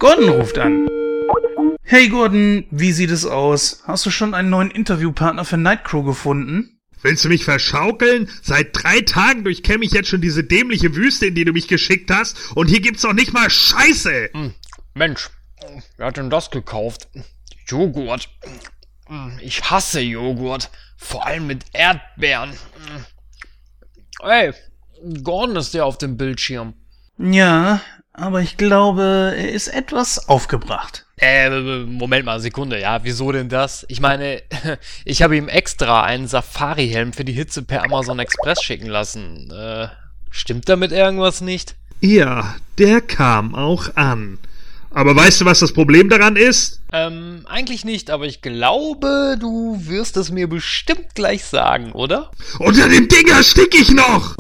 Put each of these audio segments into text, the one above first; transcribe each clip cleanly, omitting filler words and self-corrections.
Gordon ruft an. Hey Gordon, wie sieht es aus? Hast du schon einen neuen Interviewpartner für Nightcrow gefunden? Willst du mich verschaukeln? Seit 3 Tagen durchkämme ich jetzt schon diese dämliche Wüste, in die du mich geschickt hast, und hier gibt's doch nicht mal Scheiße! Mensch, wer hat denn das gekauft? Joghurt. Ich hasse Joghurt. Vor allem mit Erdbeeren. Hey, Gordon ist der auf dem Bildschirm. Ja, aber ich glaube, er ist etwas aufgebracht. Moment mal, Sekunde, ja, wieso denn das? Ich meine, ich habe ihm extra einen Safari-Helm für die Hitze per Amazon Express schicken lassen. Stimmt damit irgendwas nicht? Ja, der kam auch an. Aber weißt du, was das Problem daran ist? Eigentlich nicht, aber ich glaube, du wirst es mir bestimmt gleich sagen, oder? Unter dem Ding erstick ich noch!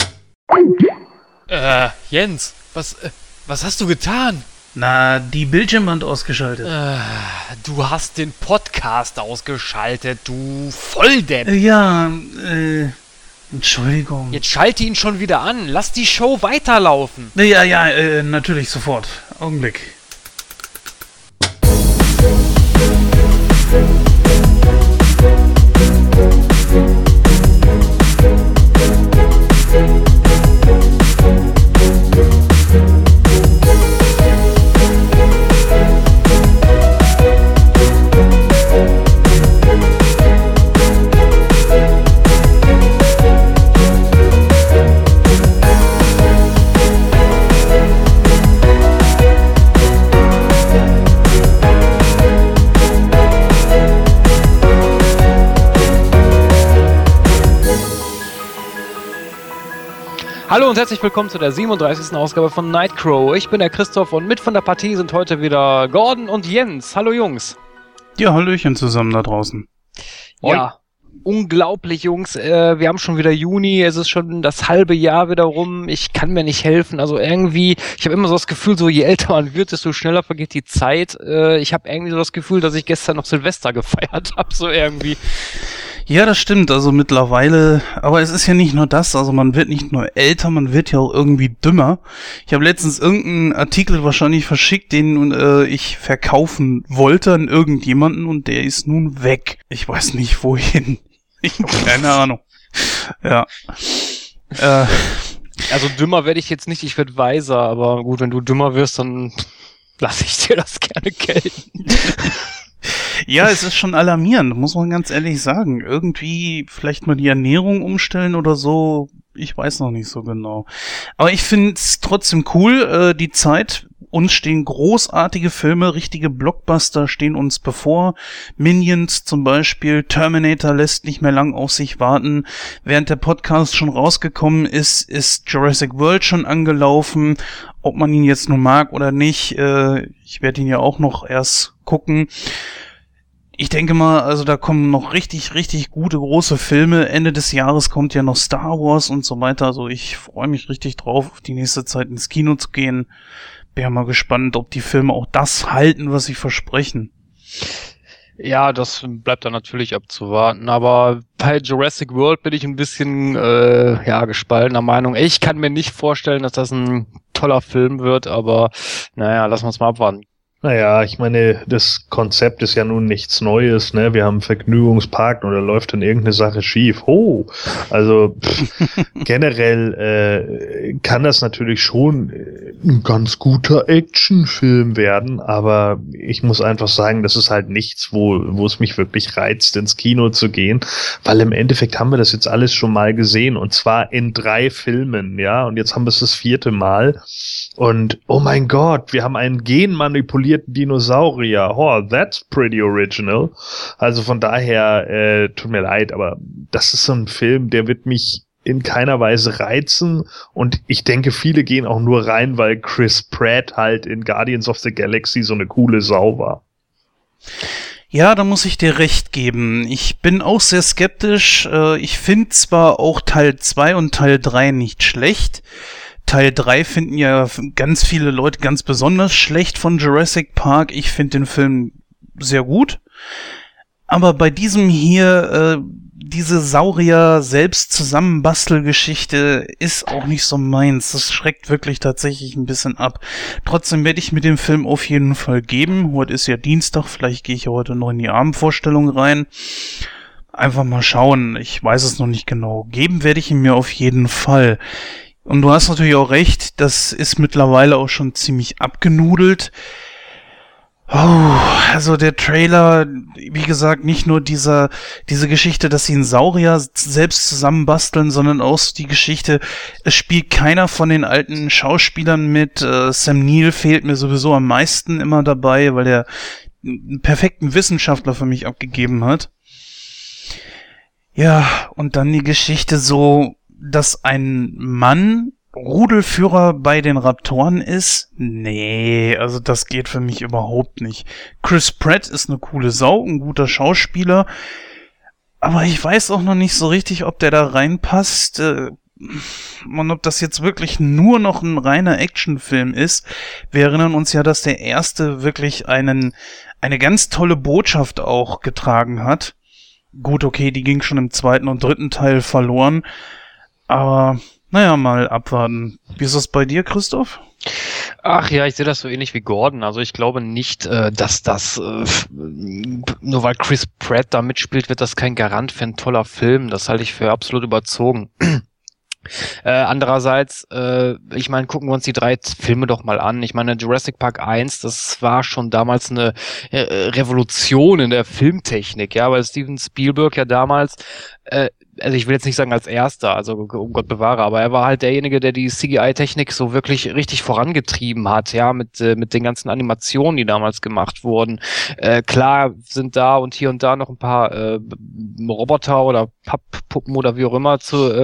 Jens, was hast du getan? Na, die Bildschirmwand ausgeschaltet. Du hast den Podcast ausgeschaltet, du Volldepp. Entschuldigung. Jetzt schalte ihn schon wieder an. Lass die Show weiterlaufen. Ja, natürlich, sofort. Augenblick. Hallo und herzlich willkommen zu der 37. Ausgabe von Nightcrow. Ich bin der Christoph und mit von der Partie sind heute wieder Gordon und Jens. Hallo Jungs. Ja, hallöchen zusammen da draußen. Ja, unglaublich Jungs. Wir haben schon wieder Juni, es ist schon das halbe Jahr wieder rum. Ich kann mir nicht helfen. Also irgendwie, ich habe immer so das Gefühl, so je älter man wird, desto schneller vergeht die Zeit. Ich habe irgendwie so das Gefühl, dass ich gestern noch Silvester gefeiert habe, so irgendwie. Ja, das stimmt, also mittlerweile, aber es ist ja nicht nur das, also man wird nicht nur älter, man wird ja auch irgendwie dümmer. Ich habe letztens irgendeinen Artikel wahrscheinlich verschickt, den ich verkaufen wollte an irgendjemanden und der ist nun weg. Ich weiß nicht wohin. Ich habe keine Ahnung. Ja. Also dümmer werde ich jetzt nicht, ich werde weiser, aber gut, wenn du dümmer wirst, dann lasse ich dir das gerne gelten. Ja, es ist schon alarmierend, muss man ganz ehrlich sagen. Irgendwie vielleicht mal die Ernährung umstellen oder so, ich weiß noch nicht so genau. Aber ich finde es trotzdem cool, die Zeit. Uns stehen großartige Filme, richtige Blockbuster stehen uns bevor. Minions zum Beispiel, Terminator lässt nicht mehr lang auf sich warten. Während der Podcast schon rausgekommen ist, ist Jurassic World schon angelaufen. Ob man ihn jetzt nun mag oder nicht, ich werde ihn ja auch noch erst gucken. Ich denke mal, also da kommen noch richtig, richtig gute, große Filme. Ende des Jahres kommt ja noch Star Wars und so weiter. Also ich freue mich richtig drauf, die nächste Zeit ins Kino zu gehen. Bin ja mal gespannt, ob die Filme auch das halten, was sie versprechen. Ja, das bleibt dann natürlich abzuwarten, aber bei Jurassic World bin ich ein bisschen gespaltener Meinung. Ich kann mir nicht vorstellen, dass das ein toller Film wird, aber naja, lassen wir uns mal abwarten. Naja, ich meine, das Konzept ist ja nun nichts Neues, ne? Wir haben einen Vergnügungspark und da läuft dann irgendeine Sache schief. Oh, also generell kann das natürlich schon ein ganz guter Actionfilm werden, aber ich muss einfach sagen, das ist halt nichts, wo es mich wirklich reizt, ins Kino zu gehen, weil im Endeffekt haben wir das jetzt alles schon mal gesehen und zwar in 3 Filmen, ja, und jetzt haben wir es das 4. Mal und oh mein Gott, wir haben einen genmanipulierten Dinosaurier. Oh, that's pretty original. Also von daher, tut mir leid, aber das ist so ein Film, der wird mich in keiner Weise reizen und ich denke, viele gehen auch nur rein, weil Chris Pratt halt in Guardians of the Galaxy so eine coole Sau war. Ja, da muss ich dir recht geben. Ich bin auch sehr skeptisch. Ich finde zwar auch Teil 2 und Teil 3 nicht schlecht. Teil 3 finden ja ganz viele Leute ganz besonders schlecht von Jurassic Park. Ich finde den Film sehr gut. Aber bei diesem hier, diese Saurier-Selbst-Zusammenbastelgeschichte ist auch nicht so meins. Das schreckt wirklich tatsächlich ein bisschen ab. Trotzdem werde ich mir den Film auf jeden Fall geben. Heute ist ja Dienstag, vielleicht gehe ich ja heute noch in die Abendvorstellung rein. Einfach mal schauen, ich weiß es noch nicht genau. Geben werde ich ihn mir auf jeden Fall. Und du hast natürlich auch recht, das ist mittlerweile auch schon ziemlich abgenudelt. Oh, also der Trailer, wie gesagt, nicht nur diese Geschichte, dass sie einen Saurier selbst zusammenbasteln, sondern auch die Geschichte, es spielt keiner von den alten Schauspielern mit. Sam Neill fehlt mir sowieso am meisten immer dabei, weil er einen perfekten Wissenschaftler für mich abgegeben hat. Ja, und dann die Geschichte so, dass ein Mann Rudelführer bei den Raptoren ist? Nee, also das geht für mich überhaupt nicht. Chris Pratt ist eine coole Sau, ein guter Schauspieler, aber ich weiß auch noch nicht so richtig, ob der da reinpasst und ob das jetzt wirklich nur noch ein reiner Actionfilm ist. Wir erinnern uns ja, dass der erste wirklich eine ganz tolle Botschaft auch getragen hat. Gut, okay, die ging schon im zweiten und dritten Teil verloren, aber naja, mal abwarten. Wie ist das bei dir, Christoph? Ach ja, ich sehe das so ähnlich wie Gordon. Also ich glaube nicht, dass das, nur weil Chris Pratt da mitspielt, wird das kein Garant für ein toller Film. Das halte ich für absolut überzogen. Andererseits, ich meine, gucken wir uns die 3 Filme doch mal an. Ich meine, Jurassic Park 1, das war schon damals eine Revolution in der Filmtechnik, ja, weil Steven Spielberg ja damals, also ich will jetzt nicht sagen als erster, also um Gott bewahre, aber er war halt derjenige, der die CGI-Technik so wirklich richtig vorangetrieben hat, ja, mit den ganzen Animationen, die damals gemacht wurden. Klar sind da und hier und da noch ein paar Roboter oder Papppuppen oder wie auch immer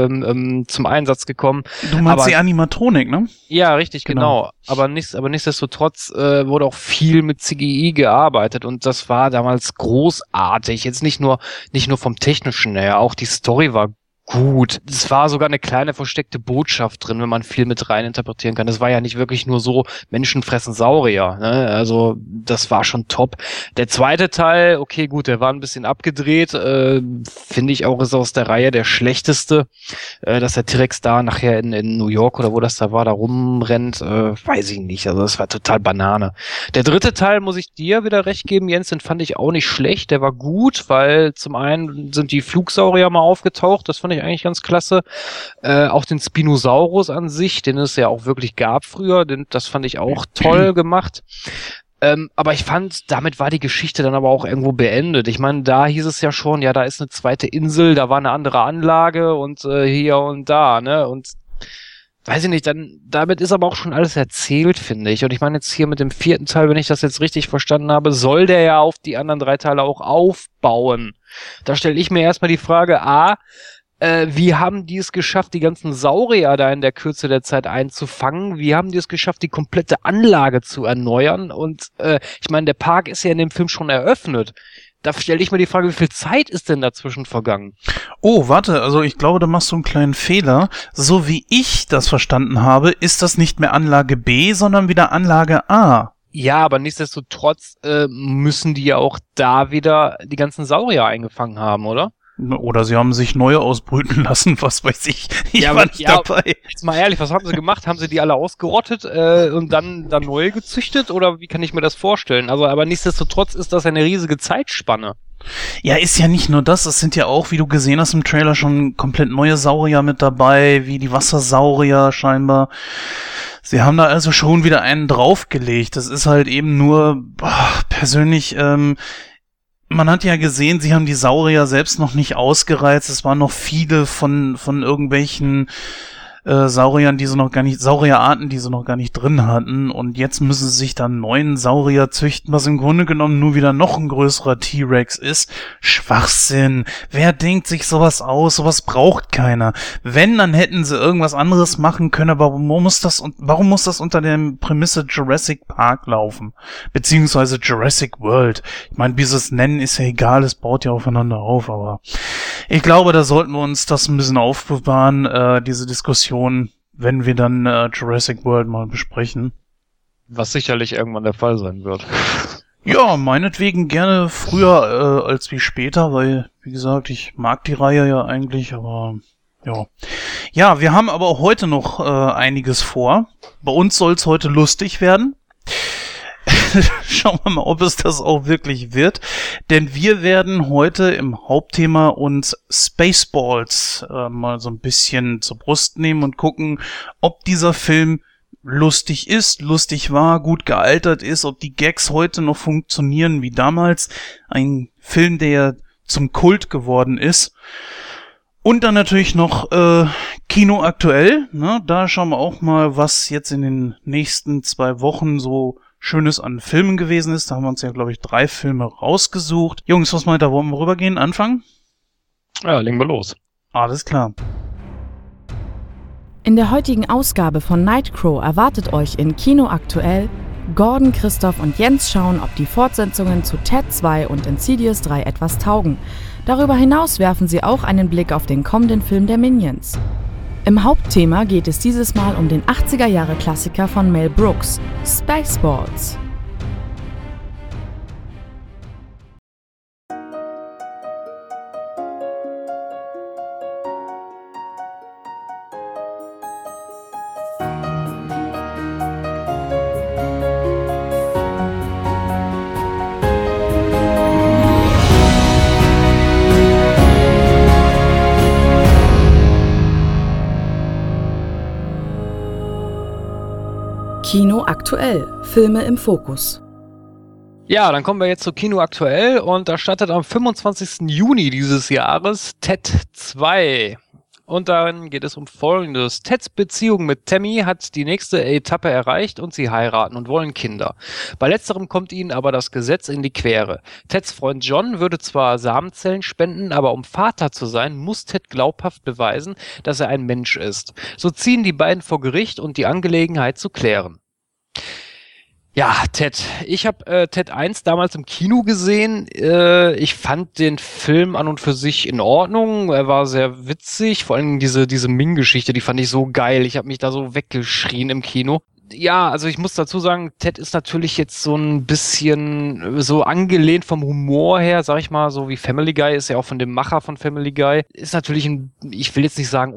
zum Einsatz gekommen. Du meinst die Animatronik, ne? Ja, richtig, genau. Aber nichtsdestotrotz wurde auch viel mit CGI gearbeitet und das war damals großartig. Jetzt nicht nur vom Technischen her, auch die Story war gut. Es war sogar eine kleine versteckte Botschaft drin, wenn man viel mit rein interpretieren kann. Es war ja nicht wirklich nur so, Menschen fressen Saurier, ne? Also das war schon top. Der zweite Teil, okay, gut, der war ein bisschen abgedreht, finde ich auch, ist aus der Reihe der schlechteste. Dass der T-Rex da nachher in New York oder wo das da war, da rumrennt, weiß ich nicht. Also das war total Banane. Der dritte Teil, muss ich dir wieder recht geben, Jens, den fand ich auch nicht schlecht. Der war gut, weil zum einen sind die Flugsaurier mal aufgetaucht, das fand ich eigentlich ganz klasse. Auch den Spinosaurus an sich, den es ja auch wirklich gab früher, das fand ich auch toll gemacht. Aber ich fand, damit war die Geschichte dann aber auch irgendwo beendet. Ich meine, da hieß es ja schon, ja, da ist eine zweite Insel, da war eine andere Anlage und hier und da, ne? Und weiß ich nicht, damit ist aber auch schon alles erzählt, finde ich. Und ich meine jetzt hier mit dem 4. Teil, wenn ich das jetzt richtig verstanden habe, soll der ja auf die anderen 3 Teile auch aufbauen. Da stelle ich mir erstmal die Frage, wie haben die es geschafft, die ganzen Saurier da in der Kürze der Zeit einzufangen? Wie haben die es geschafft, die komplette Anlage zu erneuern? Und ich meine, der Park ist ja in dem Film schon eröffnet. Da stelle ich mir die Frage, wie viel Zeit ist denn dazwischen vergangen? Oh, warte, also ich glaube, da machst du einen kleinen Fehler. So wie ich das verstanden habe, ist das nicht mehr Anlage B, sondern wieder Anlage A. Ja, aber nichtsdestotrotz müssen die ja auch da wieder die ganzen Saurier eingefangen haben, oder? Oder sie haben sich neue ausbrüten lassen, was weiß ich. Ich war nicht dabei. Jetzt mal ehrlich, was haben sie gemacht? Haben sie die alle ausgerottet und dann neue gezüchtet? Oder wie kann ich mir das vorstellen? Also, aber nichtsdestotrotz ist das eine riesige Zeitspanne. Ja, ist ja nicht nur das. Es sind ja auch, wie du gesehen hast im Trailer, schon komplett neue Saurier mit dabei, wie die Wassersaurier scheinbar. Sie haben da also schon wieder einen draufgelegt. Das ist halt eben nur persönlich... Man hat ja gesehen, sie haben die Saurier selbst noch nicht ausgereizt. Es waren noch viele von irgendwelchen Sauriern, Saurierarten, die sie noch gar nicht drin hatten. Und jetzt müssen sie sich dann einen neuen Saurier züchten, was im Grunde genommen nur wieder noch ein größerer T-Rex ist. Schwachsinn. Wer denkt sich sowas aus? Sowas braucht keiner. Wenn, dann hätten sie irgendwas anderes machen können, aber warum muss das unter der Prämisse Jurassic Park laufen? Beziehungsweise Jurassic World. Ich meine, wie sie es nennen, ist ja egal, es baut ja aufeinander auf, aber ich glaube, da sollten wir uns das ein bisschen aufbewahren, diese Diskussion, wenn wir dann Jurassic World mal besprechen. Was sicherlich irgendwann der Fall sein wird. Ja, meinetwegen gerne früher als wie später, weil, wie gesagt, ich mag die Reihe ja eigentlich, aber ja. Ja, wir haben aber auch heute noch einiges vor. Bei uns soll es heute lustig werden. Schauen wir mal, ob es das auch wirklich wird. Denn wir werden heute im Hauptthema uns Spaceballs mal so ein bisschen zur Brust nehmen und gucken, ob dieser Film lustig ist, lustig war, gut gealtert ist, ob die Gags heute noch funktionieren wie damals. Ein Film, der zum Kult geworden ist. Und dann natürlich noch Kino aktuell. Ne? Da schauen wir auch mal, was jetzt in den nächsten 2 Wochen so Schönes an Filmen gewesen ist. Da haben wir uns ja, glaube ich, 3 Filme rausgesucht. Jungs, was meint ihr, wollen wir rübergehen? Anfangen? Ja, legen wir los. Alles klar. In der heutigen Ausgabe von Nightcrow erwartet euch in Kino aktuell: Gordon, Christoph und Jens schauen, ob die Fortsetzungen zu Ted 2 und Insidious 3 etwas taugen. Darüber hinaus werfen sie auch einen Blick auf den kommenden Film der Minions. Im Hauptthema geht es dieses Mal um den 80er-Jahre-Klassiker von Mel Brooks, Spaceballs. Kino aktuell, Filme im Fokus. Ja, dann kommen wir jetzt zu Kino aktuell und da startet am 25. Juni dieses Jahres Ted 2. Und dann geht es um Folgendes. Teds Beziehung mit Tammy hat die nächste Etappe erreicht und sie heiraten und wollen Kinder. Bei letzterem kommt ihnen aber das Gesetz in die Quere. Teds Freund John würde zwar Samenzellen spenden, aber um Vater zu sein, muss Ted glaubhaft beweisen, dass er ein Mensch ist. So ziehen die beiden vor Gericht, um die Angelegenheit zu klären. Ja, Ted. Ich habe Ted 1 damals im Kino gesehen. Ich fand den Film an und für sich in Ordnung. Er war sehr witzig. Vor allem diese Ming-Geschichte, die fand ich so geil. Ich habe mich da so weggeschrien im Kino. Ja, also ich muss dazu sagen, Ted ist natürlich jetzt so ein bisschen so angelehnt vom Humor her, sag ich mal, so wie Family Guy, ist ja auch von dem Macher von Family Guy. Ist natürlich ich will jetzt nicht sagen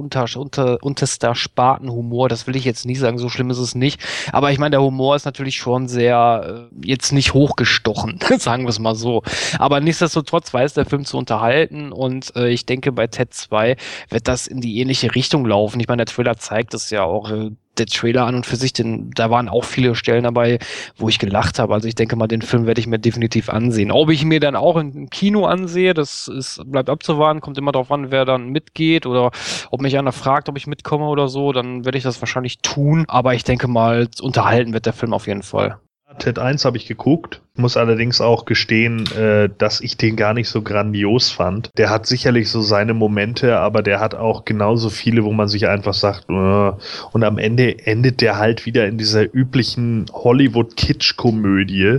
unterster Spartenhumor, das will ich jetzt nicht sagen, so schlimm ist es nicht. Aber ich meine, der Humor ist natürlich schon sehr, jetzt nicht hochgestochen, sagen wir es mal so. Aber nichtsdestotrotz weiß der Film zu unterhalten und ich denke, bei Ted 2 wird das in die ähnliche Richtung laufen. Ich meine, der Trailer zeigt es ja auch, der Trailer an und für sich, da waren auch viele Stellen dabei, wo ich gelacht habe. Also ich denke mal, den Film werde ich mir definitiv ansehen. Ob ich mir dann auch im Kino ansehe, bleibt abzuwarten, kommt immer darauf an, wer dann mitgeht oder ob mich einer fragt, ob ich mitkomme oder so, dann werde ich das wahrscheinlich tun. Aber ich denke mal, unterhalten wird der Film auf jeden Fall. Ted 1 habe ich geguckt, muss allerdings auch gestehen, dass ich den gar nicht so grandios fand. Der hat sicherlich so seine Momente, aber der hat auch genauso viele, wo man sich einfach sagt, und am Ende endet der halt wieder in dieser üblichen Hollywood-Kitsch-Komödie.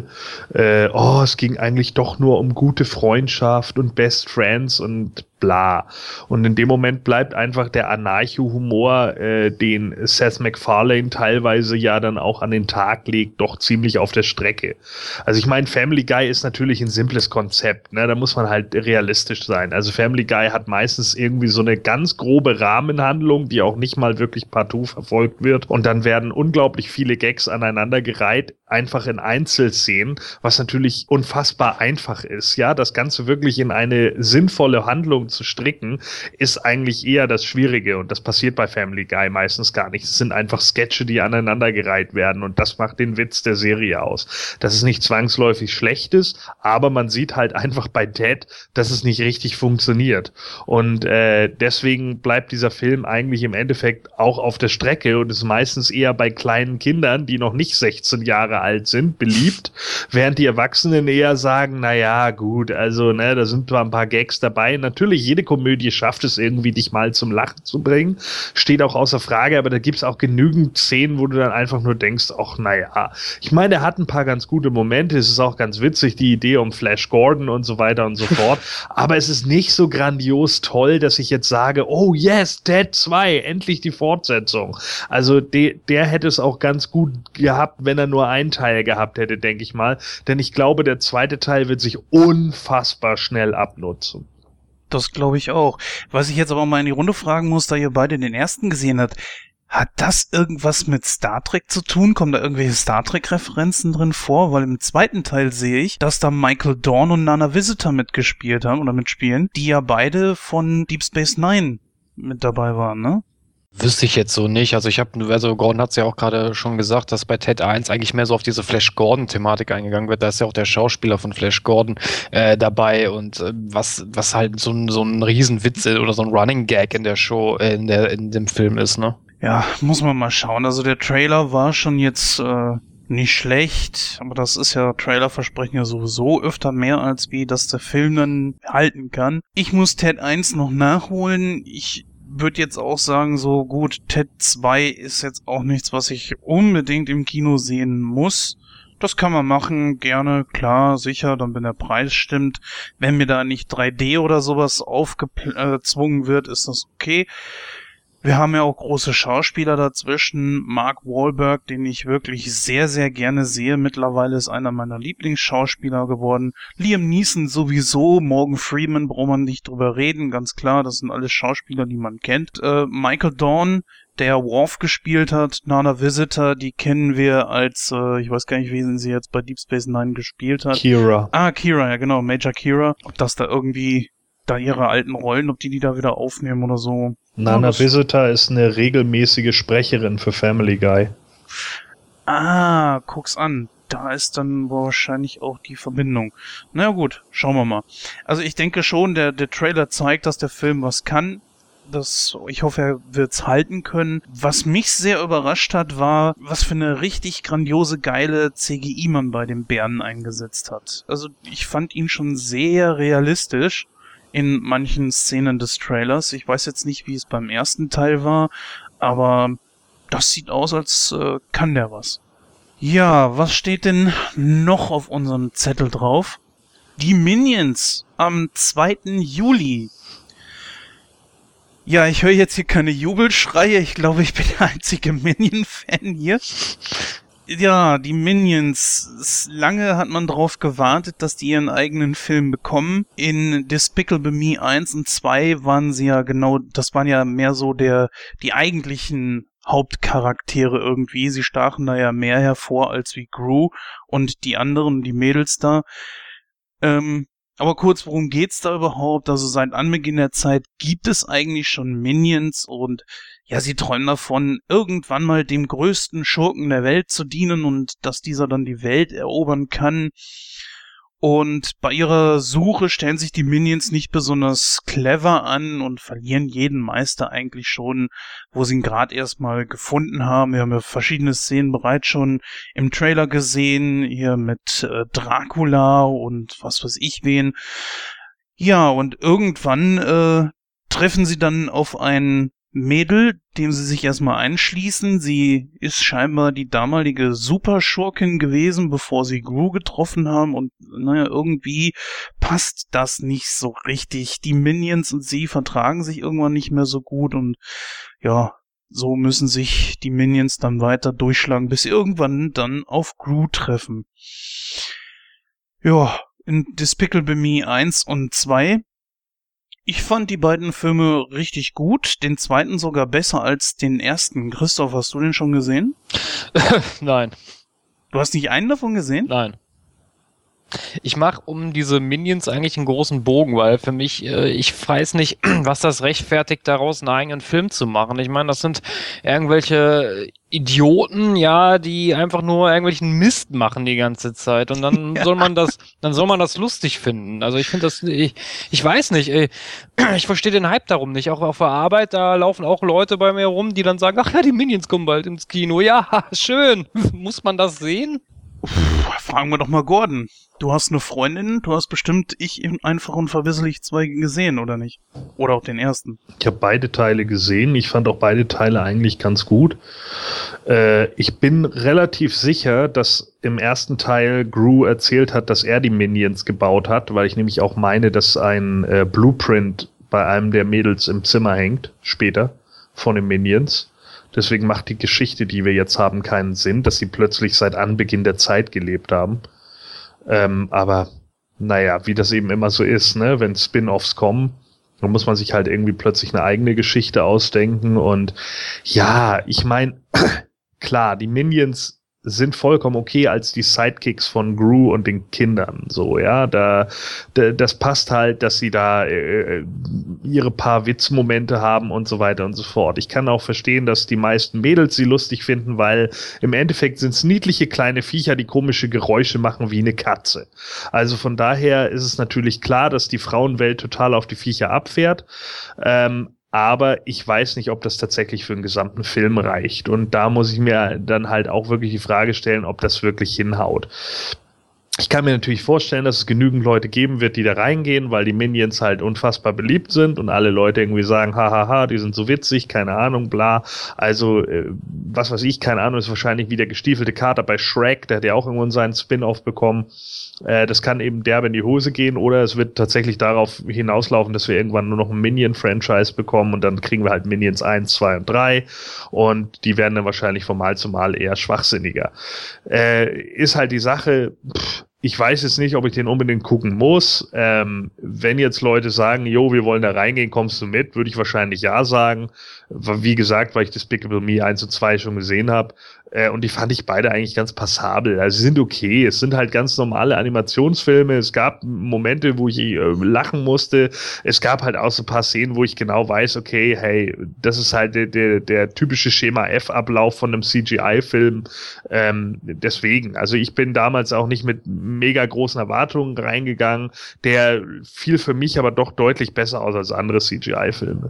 Es ging eigentlich doch nur um gute Freundschaft und Best Friends und bla. Und in dem Moment bleibt einfach der Anarcho-Humor, den Seth MacFarlane teilweise ja dann auch an den Tag legt, doch ziemlich auf der Strecke. Also ich meine, Family Guy ist natürlich ein simples Konzept, ne? Da muss man halt realistisch sein. Also Family Guy hat meistens irgendwie so eine ganz grobe Rahmenhandlung, die auch nicht mal wirklich partout verfolgt wird. Und dann werden unglaublich viele Gags aneinandergereiht, einfach in Einzelszenen, was natürlich unfassbar einfach ist. Ja, das Ganze wirklich in eine sinnvolle Handlung zu stricken, ist eigentlich eher das Schwierige. Und das passiert bei Family Guy meistens gar nicht. Es sind einfach Sketche, die aneinandergereiht werden. Und das macht den Witz der Serie aus. Das ist nicht zwangsläufig Schlechtes, aber man sieht halt einfach bei Ted, dass es nicht richtig funktioniert. Und deswegen bleibt dieser Film eigentlich im Endeffekt auch auf der Strecke und ist meistens eher bei kleinen Kindern, die noch nicht 16 Jahre alt sind, beliebt, während die Erwachsenen eher sagen, naja, gut, also, ne, da sind zwar ein paar Gags dabei. Natürlich, jede Komödie schafft es irgendwie, dich mal zum Lachen zu bringen. Steht auch außer Frage, aber da gibt es auch genügend Szenen, wo du dann einfach nur denkst, ach, naja. Ich meine, er hat ein paar ganz gute Momente. Es ist auch ganz witzig, die Idee um Flash Gordon und so weiter und so fort. Aber es ist nicht so grandios toll, dass ich jetzt sage, oh yes, Ted 2, endlich die Fortsetzung. Also der hätte es auch ganz gut gehabt, wenn er nur ein Teil gehabt hätte, denke ich mal. Denn ich glaube, der zweite Teil wird sich unfassbar schnell abnutzen. Das glaube ich auch. Was ich jetzt aber mal in die Runde fragen muss, da ihr beide den ersten gesehen habt, hat das irgendwas mit Star Trek zu tun? Kommen da irgendwelche Star Trek-Referenzen drin vor? Weil im zweiten Teil sehe ich, dass da Michael Dorn und Nana Visitor mitgespielt haben oder mitspielen, die ja beide von Deep Space Nine mit dabei waren, ne? Wüsste ich jetzt so nicht. Also Gordon hat es ja auch gerade schon gesagt, dass bei Ted 1 eigentlich mehr so auf diese Flash Gordon-Thematik eingegangen wird. Da ist ja auch der Schauspieler von Flash Gordon dabei und was halt so ein Riesenwitz oder so ein Running Gag in der Show, in dem Film ist, ne? Ja, muss man mal schauen. Also der Trailer war schon jetzt nicht schlecht, aber das ist ja, Trailer versprechen ja sowieso öfter mehr, als wie das der Film dann halten kann. Ich muss Ted 1 noch nachholen. Ich würde jetzt auch sagen, so gut, Ted 2 ist jetzt auch nichts, was ich unbedingt im Kino sehen muss. Das kann man machen, gerne, klar, sicher, dann wenn der Preis stimmt. Wenn mir da nicht 3D oder sowas aufgezwungen wird, ist das okay. Wir haben ja auch große Schauspieler dazwischen. Mark Wahlberg, den ich wirklich sehr, sehr gerne sehe. Mittlerweile ist einer meiner Lieblingsschauspieler geworden. Liam Neeson sowieso. Morgan Freeman braucht man nicht drüber reden. Ganz klar, das sind alles Schauspieler, die man kennt. Michael Dorn, der Worf gespielt hat. Nana Visitor, die kennen wir als, ich weiß gar nicht, wie sie jetzt bei Deep Space Nine gespielt hat. Kira. Kira, ja genau, Major Kira. Ob das da irgendwie, da ihre alten Rollen, ob die da wieder aufnehmen oder so. Nana Visitor ist eine regelmäßige Sprecherin für Family Guy. Guck's an. Da ist dann wahrscheinlich auch die Verbindung. Na gut, schauen wir mal. Also ich denke schon, der Trailer zeigt, dass der Film was kann. Ich hoffe, er wird's halten können. Was mich sehr überrascht hat, war, was für eine richtig grandiose, geile CGI man bei dem Bären eingesetzt hat. Also ich fand ihn schon sehr realistisch in manchen Szenen des Trailers. Ich weiß jetzt nicht, wie es beim ersten Teil war, aber das sieht aus, als kann der was. Ja, was steht denn noch auf unserem Zettel drauf? Die Minions am 2. Juli. Ja, ich höre jetzt hier keine Jubelschreie. Ich glaube, ich bin der einzige Minion-Fan hier. Ja, die Minions. Lange hat man drauf gewartet, dass die ihren eigenen Film bekommen. In Despicable Me 1 und 2 waren sie ja genau, das waren ja mehr so die eigentlichen Hauptcharaktere irgendwie. Sie stachen da ja mehr hervor als wie Gru und die anderen, die Mädels da. Aber kurz, worum geht's da überhaupt? Also seit Anbeginn der Zeit gibt es eigentlich schon Minions und ja, sie träumen davon, irgendwann mal dem größten Schurken der Welt zu dienen und dass dieser dann die Welt erobern kann. Und bei ihrer Suche stellen sich die Minions nicht besonders clever an und verlieren jeden Meister eigentlich schon, wo sie ihn gerade erstmal gefunden haben. Wir haben ja verschiedene Szenen bereits schon im Trailer gesehen, hier mit Dracula und was weiß ich wen. Ja, und irgendwann treffen sie dann auf ein Mädel, dem sie sich erstmal einschließen. Sie ist scheinbar die damalige Superschurkin gewesen, bevor sie Gru getroffen haben und naja, irgendwie passt das nicht so richtig. Die Minions und sie vertragen sich irgendwann nicht mehr so gut und ja, so müssen sich die Minions dann weiter durchschlagen, bis sie irgendwann dann auf Gru treffen. Ja, in Despicable Me 1 und 2 ich fand die beiden Filme richtig gut, den zweiten sogar besser als den ersten. Christoph, hast du den schon gesehen? Nein. Du hast nicht einen davon gesehen? Nein. Ich mache um diese Minions eigentlich einen großen Bogen, weil für mich, ich weiß nicht, was das rechtfertigt, daraus einen eigenen Film zu machen. Ich meine, das sind irgendwelche Idioten, ja, die einfach nur irgendwelchen Mist machen die ganze Zeit und dann soll man das lustig finden. Also ich finde das, ich weiß nicht, ich verstehe den Hype darum nicht. Auch auf der Arbeit, da laufen auch Leute bei mir rum, die dann sagen, ach ja, die Minions kommen bald ins Kino. Ja, schön. Muss man das sehen? Fragen wir doch mal Gordon. Du hast eine Freundin, du hast bestimmt einfach und verwisselig 2 gesehen, oder nicht? Oder auch den ersten. Ich habe beide Teile gesehen. Ich fand auch beide Teile eigentlich ganz gut. Ich bin relativ sicher, dass im ersten Teil Gru erzählt hat, dass er die Minions gebaut hat, weil ich nämlich auch meine, dass ein Blueprint bei einem der Mädels im Zimmer hängt, später, von den Minions. Deswegen macht die Geschichte, die wir jetzt haben, keinen Sinn, dass sie plötzlich seit Anbeginn der Zeit gelebt haben. Aber naja, wie das eben immer so ist, ne, wenn Spin-offs kommen, dann muss man sich halt irgendwie plötzlich eine eigene Geschichte ausdenken. Und ja, ich meine, klar, die Minions sind vollkommen okay als die Sidekicks von Gru und den Kindern, so, ja, das passt halt, dass sie da ihre paar Witzmomente haben und so weiter und so fort. Ich kann auch verstehen, dass die meisten Mädels sie lustig finden, weil im Endeffekt sind es niedliche kleine Viecher, die komische Geräusche machen wie eine Katze. Also von daher ist es natürlich klar, dass die Frauenwelt total auf die Viecher abfährt, aber ich weiß nicht, ob das tatsächlich für einen gesamten Film reicht. Und da muss ich mir dann halt auch wirklich die Frage stellen, ob das wirklich hinhaut. Ich kann mir natürlich vorstellen, dass es genügend Leute geben wird, die da reingehen, weil die Minions halt unfassbar beliebt sind und alle Leute irgendwie sagen, hahaha, die sind so witzig, keine Ahnung, bla. Also, was weiß ich, keine Ahnung, ist wahrscheinlich wie der gestiefelte Kater bei Shrek, der hat ja auch irgendwann seinen Spin-Off bekommen. Das kann eben derbe in die Hose gehen oder es wird tatsächlich darauf hinauslaufen, dass wir irgendwann nur noch ein Minion-Franchise bekommen und dann kriegen wir halt Minions 1, 2 und 3 und die werden dann wahrscheinlich von Mal zu Mal eher schwachsinniger. Ist halt die Sache, ich weiß jetzt nicht, ob ich den unbedingt gucken muss. Wenn jetzt Leute sagen, jo, wir wollen da reingehen, kommst du mit, würde ich wahrscheinlich ja sagen. Wie gesagt, weil ich Despicable Me 1 und 2 schon gesehen habe. Und die fand ich beide eigentlich ganz passabel. Also sie sind okay. Es sind halt ganz normale Animationsfilme. Es gab Momente, wo ich lachen musste. Es gab halt auch so ein paar Szenen, wo ich genau weiß, okay, hey, das ist halt der typische Schema F-Ablauf von einem CGI-Film. Deswegen, also ich bin damals auch nicht mit mega großen Erwartungen reingegangen. Der fiel für mich aber doch deutlich besser aus als andere CGI-Filme.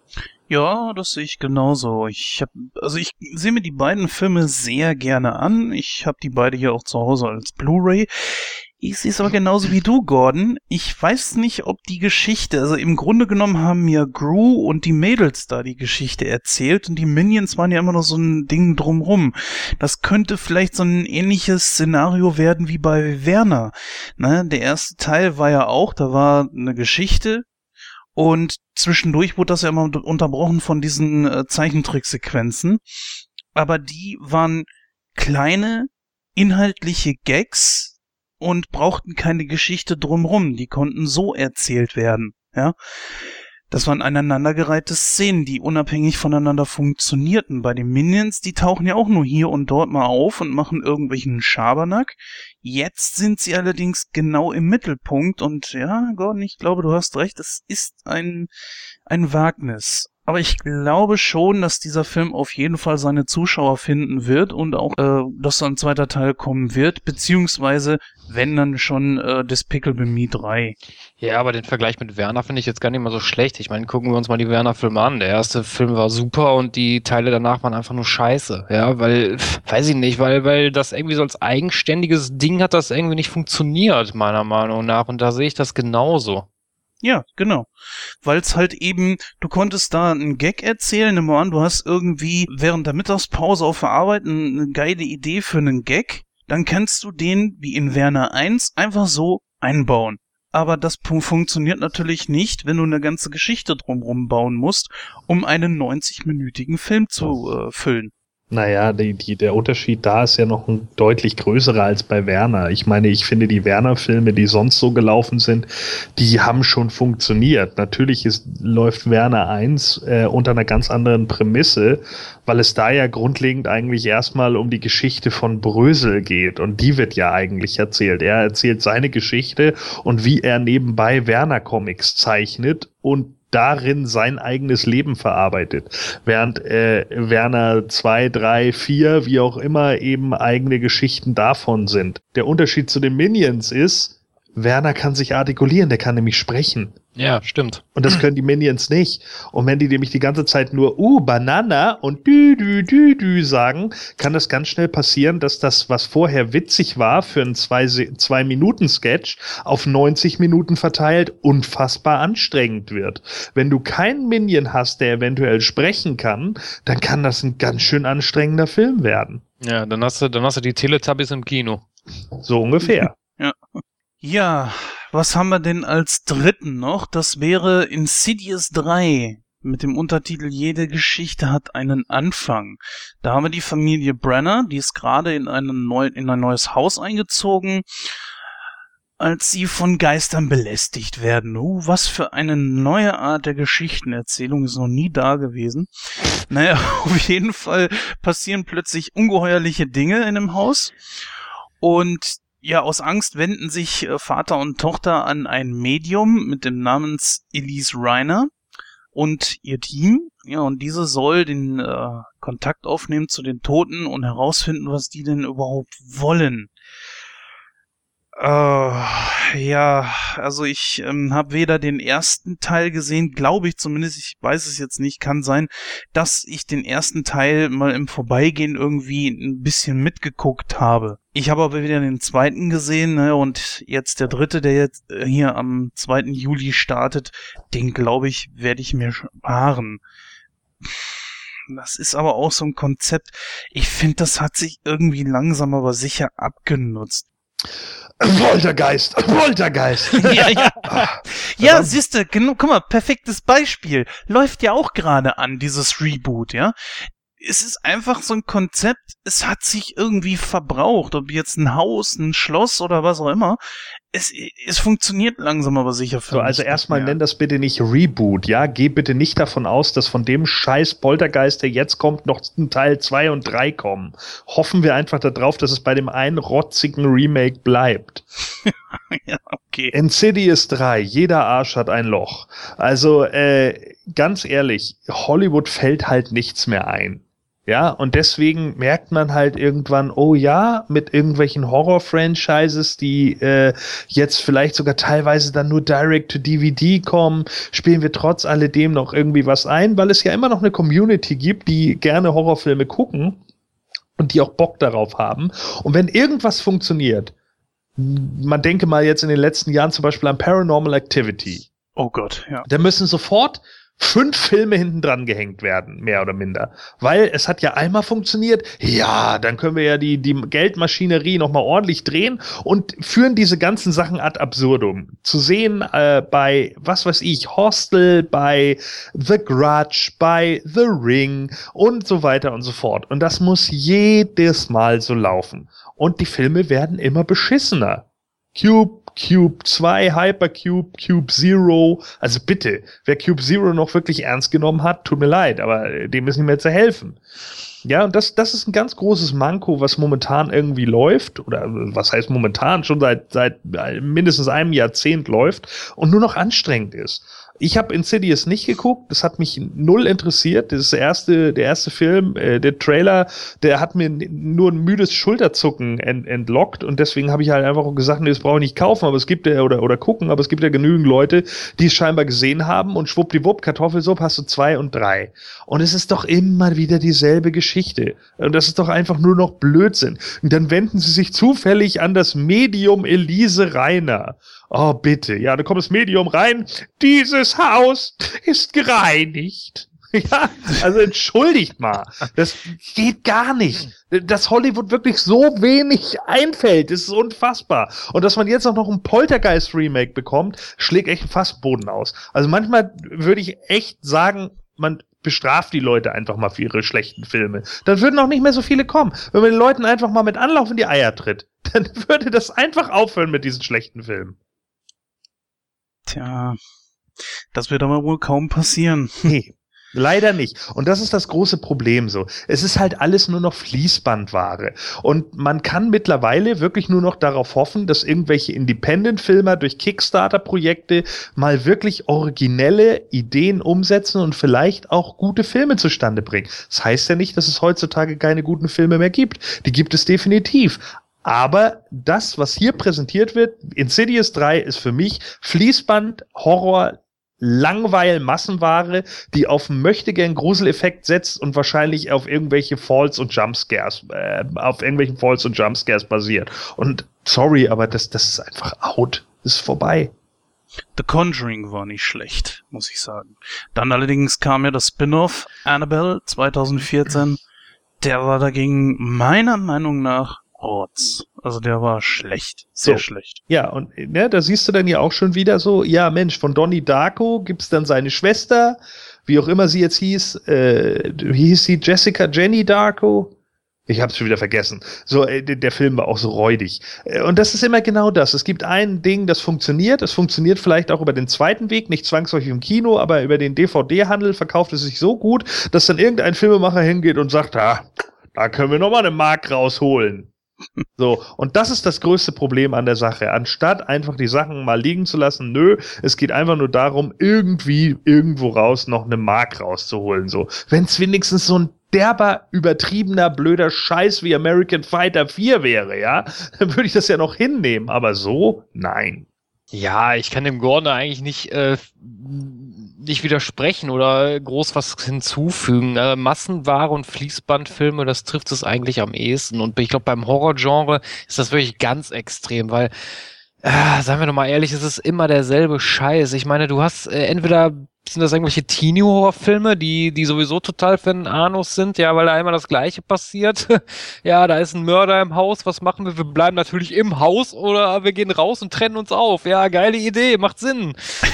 Ja, das sehe ich genauso. Ich sehe mir die beiden Filme sehr gerne an. Ich habe die beide hier auch zu Hause als Blu-ray. Ich sehe es aber genauso wie du, Gordon. Ich weiß nicht, ob die Geschichte, also im Grunde genommen haben mir Gru und die Mädels da die Geschichte erzählt und die Minions waren ja immer noch so ein Ding drumrum. Das könnte vielleicht so ein ähnliches Szenario werden wie bei Werner. Ne? Der erste Teil war ja auch, da war eine Geschichte. Und zwischendurch wurde das ja immer unterbrochen von diesen Zeichentricksequenzen. Aber die waren kleine, inhaltliche Gags und brauchten keine Geschichte drumrum. Die konnten so erzählt werden. Ja, das waren aneinandergereihte Szenen, die unabhängig voneinander funktionierten. Bei den Minions, die tauchen ja auch nur hier und dort mal auf und machen irgendwelchen Schabernack. Jetzt sind sie allerdings genau im Mittelpunkt und ja, Gordon, ich glaube, du hast recht, es ist ein Wagnis. Aber ich glaube schon, dass dieser Film auf jeden Fall seine Zuschauer finden wird und auch, dass da ein zweiter Teil kommen wird, beziehungsweise, wenn dann schon, Despicable Me 3. Ja, aber den Vergleich mit Werner finde ich jetzt gar nicht mal so schlecht. Ich meine, gucken wir uns mal die Werner-Filme an. Der erste Film war super und die Teile danach waren einfach nur scheiße. Ja, weil, weiß ich nicht, weil das irgendwie so als eigenständiges Ding hat das irgendwie nicht funktioniert, meiner Meinung nach. Und da sehe ich das genauso. Ja, genau. Weil es halt eben, du konntest da einen Gag erzählen, nimm mal an, du hast irgendwie während der Mittagspause auf der Arbeit eine geile Idee für einen Gag, dann kannst du den, wie in Werner 1, einfach so einbauen. Aber das funktioniert natürlich nicht, wenn du eine ganze Geschichte drumherum bauen musst, um einen 90-minütigen Film zu füllen. Naja, der Unterschied da ist ja noch ein deutlich größerer als bei Werner. Ich meine, ich finde, die Werner-Filme, die sonst so gelaufen sind, die haben schon funktioniert. Natürlich läuft Werner 1 unter einer ganz anderen Prämisse, weil es da ja grundlegend eigentlich erstmal um die Geschichte von Brösel geht. Und die wird ja eigentlich erzählt. Er erzählt seine Geschichte und wie er nebenbei Werner-Comics zeichnet und darin sein eigenes Leben verarbeitet, während Werner 2, 3, 4, wie auch immer, eben eigene Geschichten davon sind. Der Unterschied zu den Minions ist, Werner kann sich artikulieren, der kann nämlich sprechen. Ja, stimmt. Und das können die Minions nicht. Und wenn die nämlich die ganze Zeit nur Banana und dü sagen, kann das ganz schnell passieren, dass das, was vorher witzig war für einen 2-Minuten-Sketch, auf 90 Minuten verteilt unfassbar anstrengend wird. Wenn du keinen Minion hast, der eventuell sprechen kann, dann kann das ein ganz schön anstrengender Film werden. Ja, dann hast du die Teletubbies im Kino. So ungefähr. Ja, was haben wir denn als dritten noch? Das wäre Insidious 3. mit dem Untertitel Jede Geschichte hat einen Anfang. Da haben wir die Familie Brenner, die ist gerade in ein neues Haus eingezogen, als sie von Geistern belästigt werden. Was für eine neue Art der Geschichtenerzählung, ist noch nie da gewesen. Naja, auf jeden Fall passieren plötzlich ungeheuerliche Dinge in dem Haus. Und ja, aus Angst wenden sich Vater und Tochter an ein Medium mit dem Namens Elise Reiner und ihr Team. Ja, und diese soll den Kontakt aufnehmen zu den Toten und herausfinden, was die denn überhaupt wollen. Ja, also ich habe weder den ersten Teil gesehen, glaube ich zumindest, ich weiß es jetzt nicht, kann sein, dass ich den ersten Teil mal im Vorbeigehen irgendwie ein bisschen mitgeguckt habe. Ich habe aber wieder den zweiten gesehen, ne, und jetzt der dritte, der jetzt hier am 2. Juli startet, den glaube ich, werde ich mir sparen. Das ist aber auch so ein Konzept, ich finde, das hat sich irgendwie langsam aber sicher abgenutzt. Poltergeist! Ja. Ja, siehste, guck mal, perfektes Beispiel. Läuft ja auch gerade an, dieses Reboot, ja. Es ist einfach so ein Konzept, es hat sich irgendwie verbraucht, ob jetzt ein Haus, ein Schloss oder was auch immer. Es funktioniert langsam aber sicher für mich. So, also erstmal nenn das bitte nicht Reboot, ja? Geh bitte nicht davon aus, dass von dem Scheiß Poltergeist, der jetzt kommt, noch ein Teil 2 und 3 kommen. Hoffen wir einfach darauf, dass es bei dem einen rotzigen Remake bleibt. Ja, okay. Insidious 3, jeder Arsch hat ein Loch. Also, ganz ehrlich, Hollywood fällt halt nichts mehr ein. Ja, und deswegen merkt man halt irgendwann, oh ja, mit irgendwelchen Horror-Franchises, die jetzt vielleicht sogar teilweise dann nur Direct-to-DVD kommen, spielen wir trotz alledem noch irgendwie was ein, weil es ja immer noch eine Community gibt, die gerne Horrorfilme gucken und die auch Bock darauf haben. Und wenn irgendwas funktioniert, man denke mal jetzt in den letzten Jahren zum Beispiel an Paranormal Activity. Oh Gott, ja. Da müssen sofort 5 Filme hinten dran gehängt werden, mehr oder minder. Weil es hat ja einmal funktioniert, ja, dann können wir ja die Geldmaschinerie nochmal ordentlich drehen und führen diese ganzen Sachen ad absurdum. Zu sehen bei, was weiß ich, Hostel, bei The Grudge, bei The Ring und so weiter und so fort. Und das muss jedes Mal so laufen. Und die Filme werden immer beschissener. Cube 2, Hypercube, Cube Zero. Also bitte, wer Cube Zero noch wirklich ernst genommen hat, tut mir leid, aber dem ist nicht mehr zu helfen. Ja, und das ist ein ganz großes Manko, was momentan irgendwie läuft, oder was heißt momentan, schon seit mindestens einem Jahrzehnt läuft und nur noch anstrengend ist. Ich habe Insidious nicht geguckt, das hat mich null interessiert. Das ist der erste Film, der Trailer, der hat mir nur ein müdes Schulterzucken entlockt und deswegen habe ich halt einfach gesagt, nee, das brauche ich nicht kaufen, aber es gibt ja, oder gucken, aber es gibt ja genügend Leute, die es scheinbar gesehen haben und schwuppdiwupp, Kartoffelsuppe hast du 2 und 3. Und es ist doch immer wieder dieselbe Geschichte. Und das ist doch einfach nur noch Blödsinn. Und dann wenden sie sich zufällig an das Medium Elise Reiner. Oh, bitte. Ja, da kommt das Medium rein. Dieses Haus ist gereinigt. Ja, also entschuldigt mal. Das geht gar nicht. Dass Hollywood wirklich so wenig einfällt, ist unfassbar. Und dass man jetzt auch noch ein Poltergeist-Remake bekommt, schlägt echt fast Boden aus. Also manchmal würde ich echt sagen, man bestraft die Leute einfach mal für ihre schlechten Filme. Dann würden auch nicht mehr so viele kommen. Wenn man den Leuten einfach mal mit Anlauf in die Eier tritt, dann würde das einfach aufhören mit diesen schlechten Filmen. Tja, das wird aber wohl kaum passieren. Nee, leider nicht. Und das ist das große Problem so. Es ist halt alles nur noch Fließbandware. Und man kann mittlerweile wirklich nur noch darauf hoffen, dass irgendwelche Independent-Filmer durch Kickstarter-Projekte mal wirklich originelle Ideen umsetzen und vielleicht auch gute Filme zustande bringen. Das heißt ja nicht, dass es heutzutage keine guten Filme mehr gibt. Die gibt es definitiv. Aber das, was hier präsentiert wird, Insidious 3, ist für mich Fließband, Horror, Langweil, Massenware, die auf einen Möchtegern-Gruseleffekt setzt und wahrscheinlich auf irgendwelche Falls und Jumpscares basiert. Und sorry, aber das ist einfach out. Das ist vorbei. The Conjuring war nicht schlecht, muss ich sagen. Dann allerdings kam ja das Spin-off Annabelle 2014. Der war dagegen meiner Meinung nach Rotz. Also der war schlecht. Sehr schlecht. Ja, und ne, da siehst du dann ja auch schon wieder so, ja Mensch, von Donnie Darko gibt's dann seine Schwester, wie auch immer sie jetzt hieß, wie hieß sie, Jenny Darko? Ich hab's schon wieder vergessen. So, der Film war auch so räudig. Und das ist immer genau das. Es gibt ein Ding, das funktioniert. Es funktioniert vielleicht auch über den zweiten Weg, nicht zwangsläufig im Kino, aber über den DVD-Handel verkauft es sich so gut, dass dann irgendein Filmemacher hingeht und sagt, da können wir nochmal eine Mark rausholen. So, und das ist das größte Problem an der Sache. Anstatt einfach die Sachen mal liegen zu lassen, es geht einfach nur darum, irgendwie irgendwo raus noch eine Mark rauszuholen. So, wenn es wenigstens so ein derber, übertriebener, blöder Scheiß wie American Fighter 4 wäre, ja, dann würde ich das ja noch hinnehmen. Aber so, nein. Ja, ich kann dem Gordon da eigentlich nicht widersprechen oder groß was hinzufügen. Massenware und Fließbandfilme, das trifft es eigentlich am ehesten. Und ich glaube, beim Horrorgenre ist das wirklich ganz extrem, weil, sagen wir doch mal ehrlich, es ist immer derselbe Scheiß. Ich meine, du hast entweder sind das irgendwelche Teenie-Horrorfilme, die sowieso total für den Anus sind, ja, weil da immer das Gleiche passiert. Ja, da ist ein Mörder im Haus, was machen wir? Wir bleiben natürlich im Haus oder wir gehen raus und trennen uns auf. Ja, geile Idee, macht Sinn.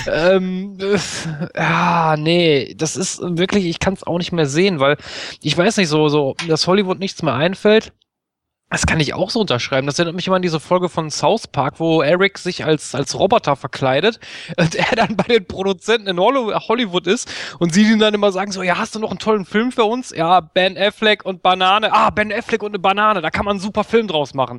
Nee, das ist wirklich, ich kann es auch nicht mehr sehen, weil ich weiß nicht, so, dass Hollywood nichts mehr einfällt. Das kann ich auch so unterschreiben. Das erinnert mich immer an diese Folge von South Park, wo Eric sich als Roboter verkleidet und er dann bei den Produzenten in Hollywood ist und sie ihm dann immer sagen so, ja, hast du noch einen tollen Film für uns? Ja, Ben Affleck und Banane. Ben Affleck und eine Banane, da kann man einen super Film draus machen.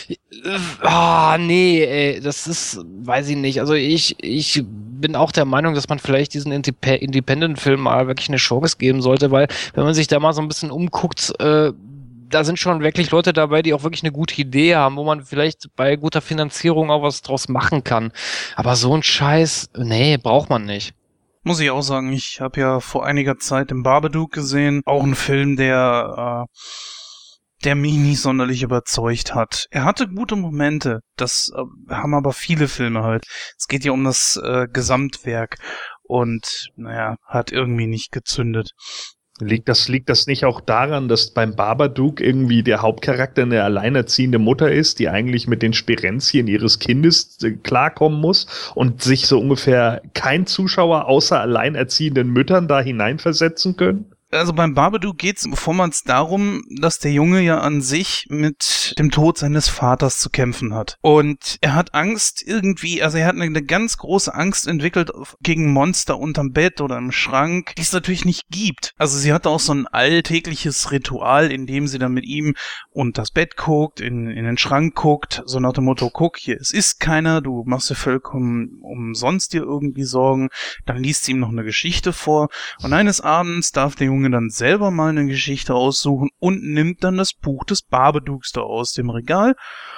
Nee, ey, das ist, weiß ich nicht. Also ich bin auch der Meinung, dass man vielleicht diesen Independent-Film mal wirklich eine Chance geben sollte, weil wenn man sich da mal so ein bisschen umguckt, da sind schon wirklich Leute dabei, die auch wirklich eine gute Idee haben, wo man vielleicht bei guter Finanzierung auch was draus machen kann. Aber so ein Scheiß, nee, braucht man nicht. Muss ich auch sagen, ich habe ja vor einiger Zeit den Babadook gesehen. Auch ein Film, der mich nicht sonderlich überzeugt hat. Er hatte gute Momente, das haben aber viele Filme halt. Es geht ja um das Gesamtwerk und, hat irgendwie nicht gezündet. Liegt das nicht auch daran, dass beim Babadook irgendwie der Hauptcharakter eine alleinerziehende Mutter ist, die eigentlich mit den Sperenzien ihres Kindes klarkommen muss und sich so ungefähr kein Zuschauer außer alleinerziehenden Müttern da hineinversetzen können? Also beim Babadook geht's vormals darum, dass der Junge ja an sich mit dem Tod seines Vaters zu kämpfen hat. Und er hat Angst irgendwie, also er hat eine ganz große Angst entwickelt gegen Monster unterm Bett oder im Schrank, die es natürlich nicht gibt. Also sie hatte auch so ein alltägliches Ritual, in dem sie dann mit ihm unter das Bett guckt, in den Schrank guckt, so nach dem Motto, guck, hier, es ist keiner, du machst dir vollkommen umsonst dir irgendwie Sorgen. Dann liest sie ihm noch eine Geschichte vor und eines Abends darf der Junge dann selber mal eine Geschichte aussuchen und nimmt dann das Buch des Babadooks da aus dem Regal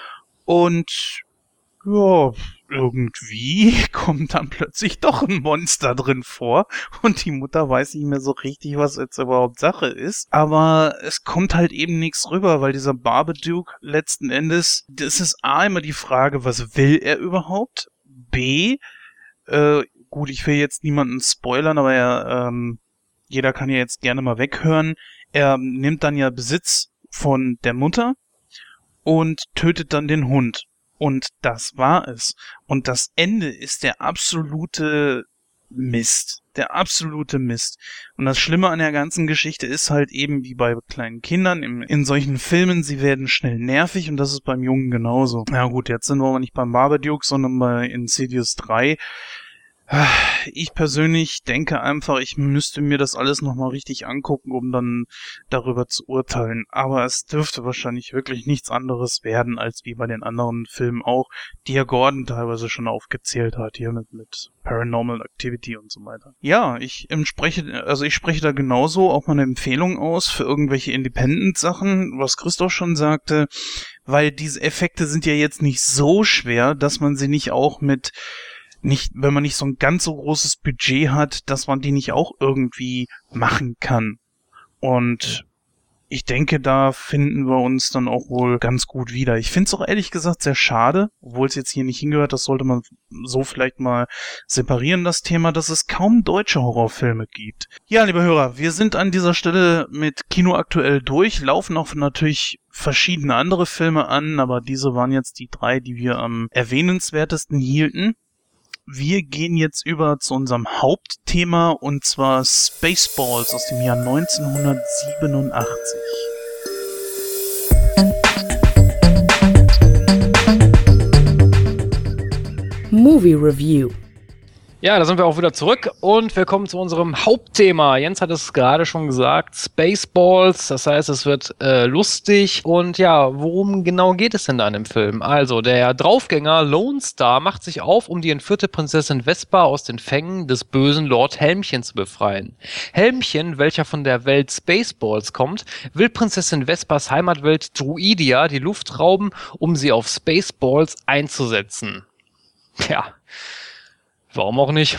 und ja, irgendwie kommt dann plötzlich doch ein Monster drin vor und die Mutter weiß nicht mehr so richtig, was jetzt überhaupt Sache ist, aber es kommt halt eben nichts rüber, weil dieser Babadook letzten Endes, das ist A, immer die Frage, was will er überhaupt? B, gut, ich will jetzt niemanden spoilern, aber jeder kann ja jetzt gerne mal weghören. Er nimmt dann ja Besitz von der Mutter und tötet dann den Hund. Und das war es. Und das Ende ist der absolute Mist. Der absolute Mist. Und das Schlimme an der ganzen Geschichte ist halt eben wie bei kleinen Kindern in solchen Filmen, sie werden schnell nervig und das ist beim Jungen genauso. Ja gut, jetzt sind wir aber nicht beim Babadook, sondern bei Insidious 3. Ich persönlich denke einfach, ich müsste mir das alles nochmal richtig angucken, um dann darüber zu urteilen. Aber es dürfte wahrscheinlich wirklich nichts anderes werden, als wie bei den anderen Filmen auch, die ja Gordon teilweise schon aufgezählt hat, hier mit Paranormal Activity und so weiter. Ja, ich spreche da genauso auch mal eine Empfehlung aus für irgendwelche Independent-Sachen, was Christoph schon sagte, weil diese Effekte sind ja jetzt nicht so schwer, dass man sie nicht auch wenn man nicht so ein ganz so großes Budget hat, dass man die nicht auch irgendwie machen kann. Und ich denke, da finden wir uns dann auch wohl ganz gut wieder. Ich finde es auch ehrlich gesagt sehr schade, obwohl es jetzt hier nicht hingehört, das sollte man so vielleicht mal separieren, das Thema, dass es kaum deutsche Horrorfilme gibt. Ja, liebe Hörer, wir sind an dieser Stelle mit Kino aktuell durch, laufen auch natürlich verschiedene andere Filme an, aber diese waren jetzt die 3, die wir am erwähnenswertesten hielten. Wir gehen jetzt über zu unserem Hauptthema, und zwar Spaceballs aus dem Jahr 1987. Movie Review. Ja, da sind wir auch wieder zurück und wir kommen zu unserem Hauptthema. Jens hat es gerade schon gesagt, Spaceballs, das heißt, es wird lustig. Und ja, worum genau geht es denn da in dem Film? Also, der Draufgänger Lone Star macht sich auf, um die entführte Prinzessin Vespa aus den Fängen des bösen Lord Helmchen zu befreien. Helmchen, welcher von der Welt Spaceballs kommt, will Prinzessin Vespas Heimatwelt Druidia die Luft rauben, um sie auf Spaceballs einzusetzen. Ja, warum auch nicht?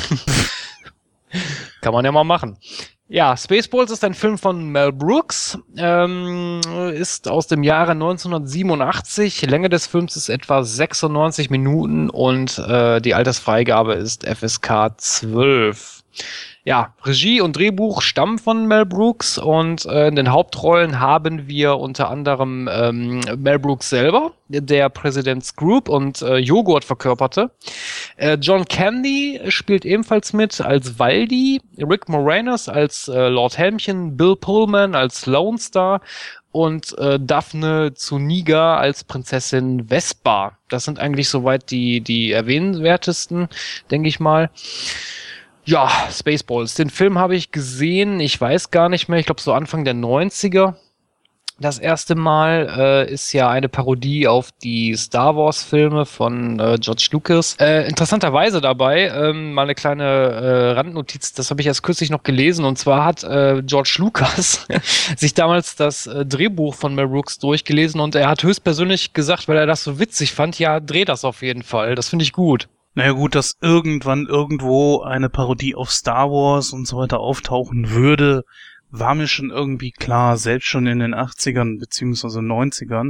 Kann man ja mal machen. Ja, Spaceballs ist ein Film von Mel Brooks, ist aus dem Jahre 1987. Länge des Films ist etwa 96 Minuten und die Altersfreigabe ist FSK 12. Ja, Regie und Drehbuch stammen von Mel Brooks und in den Hauptrollen haben wir unter anderem Mel Brooks selber, der Präsident Scroop und Joghurt verkörperte. John Candy spielt ebenfalls mit als Waldi, Rick Moranis als Lord Helmchen, Bill Pullman als Lone Star und Daphne Zuniga als Prinzessin Vespa. Das sind eigentlich soweit die erwähnenswertesten, denke ich mal. Ja, Spaceballs. Den Film habe ich gesehen, ich weiß gar nicht mehr, ich glaube so Anfang der 90er. Das erste Mal ist ja eine Parodie auf die Star Wars Filme von George Lucas. Interessanterweise dabei, mal eine kleine Randnotiz, das habe ich erst kürzlich noch gelesen, und zwar hat George Lucas sich damals das Drehbuch von Mel Brooks durchgelesen und er hat höchstpersönlich gesagt, weil er das so witzig fand, ja, dreh das auf jeden Fall, das finde ich gut. Naja gut, dass irgendwann irgendwo eine Parodie auf Star Wars und so weiter auftauchen würde, war mir schon irgendwie klar, selbst schon in den 80ern bzw. 90ern.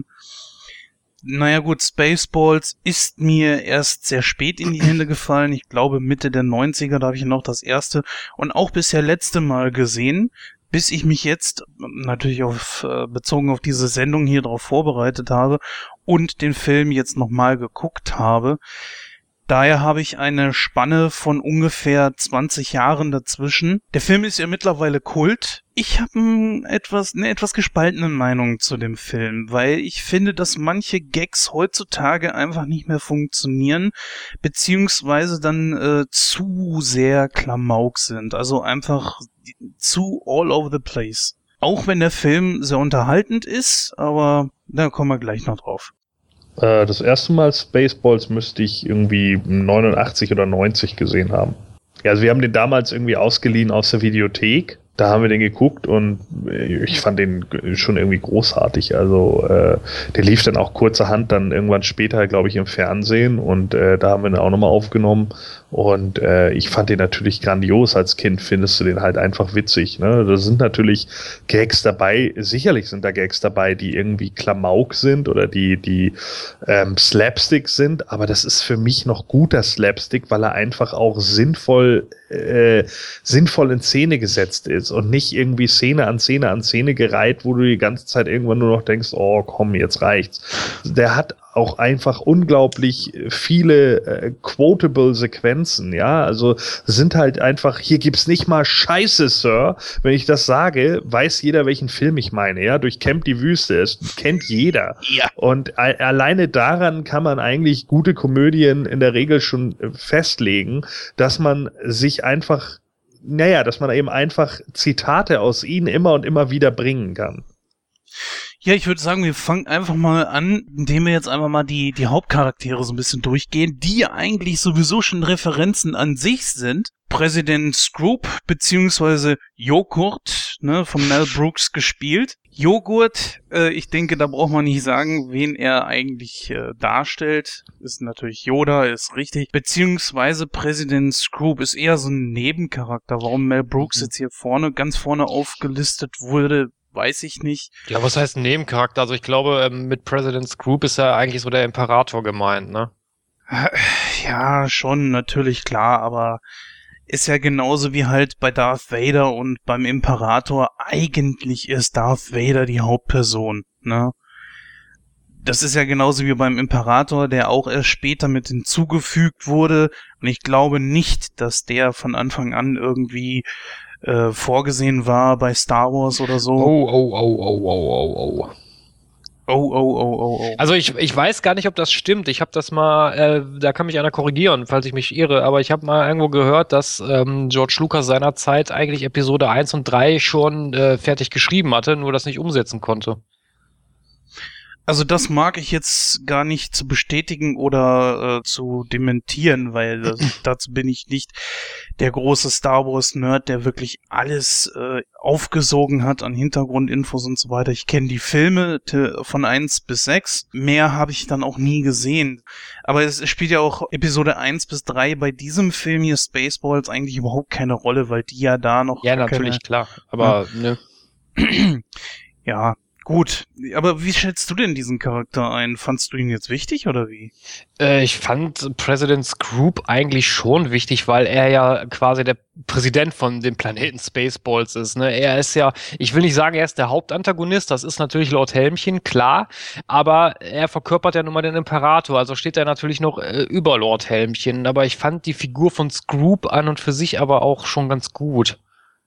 Naja gut, Spaceballs ist mir erst sehr spät in die Hände gefallen. Ich glaube Mitte der 90er, da habe ich noch das erste und auch bisher letzte Mal gesehen, bis ich mich jetzt natürlich bezogen auf diese Sendung hier drauf vorbereitet habe und den Film jetzt nochmal geguckt habe. Daher habe ich eine Spanne von ungefähr 20 Jahren dazwischen. Der Film ist ja mittlerweile Kult. Ich habe eine etwas gespaltene Meinung zu dem Film, weil ich finde, dass manche Gags heutzutage einfach nicht mehr funktionieren, beziehungsweise dann zu sehr Klamauk sind. Also einfach zu all over the place. Auch wenn der Film sehr unterhaltend ist, aber da kommen wir gleich noch drauf. Das erste Mal Spaceballs müsste ich irgendwie 89 oder 90 gesehen haben. Ja, also wir haben den damals irgendwie ausgeliehen aus der Videothek. Da haben wir den geguckt und ich fand den schon irgendwie großartig. Also der lief dann auch kurzerhand dann irgendwann später, glaube ich, im Fernsehen und da haben wir den auch nochmal aufgenommen. Und ich fand den natürlich grandios. Als Kind findest du den halt einfach witzig. Ne? Da sind natürlich Gags dabei, sicherlich sind da Gags dabei, die irgendwie Klamauk sind oder die Slapstick sind, aber das ist für mich noch guter Slapstick, weil er einfach auch sinnvoll in Szene gesetzt ist und nicht irgendwie Szene an Szene gereiht, wo du die ganze Zeit irgendwann nur noch denkst, oh komm, jetzt reicht's. Der hat auch einfach unglaublich viele quotable Sequenzen, ja, also sind halt einfach, hier gibt's nicht mal Scheiße, Sir, wenn ich das sage, weiß jeder, welchen Film ich meine, ja, durchkämmt die Wüste, es kennt jeder. Ja. Und alleine daran kann man eigentlich gute Komödien in der Regel schon festlegen, dass man sich einfach, dass man eben einfach Zitate aus ihnen immer und immer wieder bringen kann. Ja, ich würde sagen, wir fangen einfach mal an, indem wir jetzt einfach mal die Hauptcharaktere so ein bisschen durchgehen, die eigentlich sowieso schon Referenzen an sich sind. Präsident Scroop beziehungsweise Joghurt, ne, von Mel Brooks gespielt. Joghurt, ich denke, da braucht man nicht sagen, wen er eigentlich darstellt. Ist natürlich Yoda, ist richtig. Beziehungsweise Präsident Scroop ist eher so ein Nebencharakter. Warum Mel Brooks jetzt hier ganz vorne aufgelistet wurde, weiß ich nicht. Ja, was heißt ein Nebencharakter? Also ich glaube, mit President Scroop ist ja eigentlich so der Imperator gemeint, ne? Ja, schon, natürlich, klar, aber ist ja genauso wie halt bei Darth Vader und beim Imperator. Eigentlich ist Darth Vader die Hauptperson, ne? das ist ja genauso wie beim Imperator, der auch erst später mit hinzugefügt wurde. Und ich glaube nicht, dass der von Anfang an irgendwie vorgesehen war bei Star Wars oder so. Oh. Also ich weiß gar nicht, ob das stimmt. Ich habe das mal, da kann mich einer korrigieren, falls ich mich irre, aber ich habe mal irgendwo gehört, dass George Lucas seinerzeit eigentlich Episode 1 und 3 schon fertig geschrieben hatte, nur das nicht umsetzen konnte. Also das mag ich jetzt gar nicht zu bestätigen oder zu dementieren, weil dazu bin ich nicht der große Star Wars-Nerd, der wirklich alles aufgesogen hat an Hintergrundinfos und so weiter. Ich kenne die Filme von 1 bis 6. Mehr habe ich dann auch nie gesehen. Aber es spielt ja auch Episode 1 bis 3 bei diesem Film hier Spaceballs eigentlich überhaupt keine Rolle, weil die ja da noch... Ja, natürlich, klar. Aber, ne. Ja, gut. Aber wie schätzt du denn diesen Charakter ein? Fandst du ihn jetzt wichtig oder wie? Ich fand President's Group eigentlich schon wichtig, weil er ja quasi der Präsident von dem Planeten Spaceballs ist. Ne? Er ist ja, ich will nicht sagen, er ist der Hauptantagonist, das ist natürlich Lord Helmchen, klar, aber er verkörpert ja nun mal den Imperator, also steht er natürlich noch über Lord Helmchen. Aber ich fand die Figur von Scroop an und für sich aber auch schon ganz gut.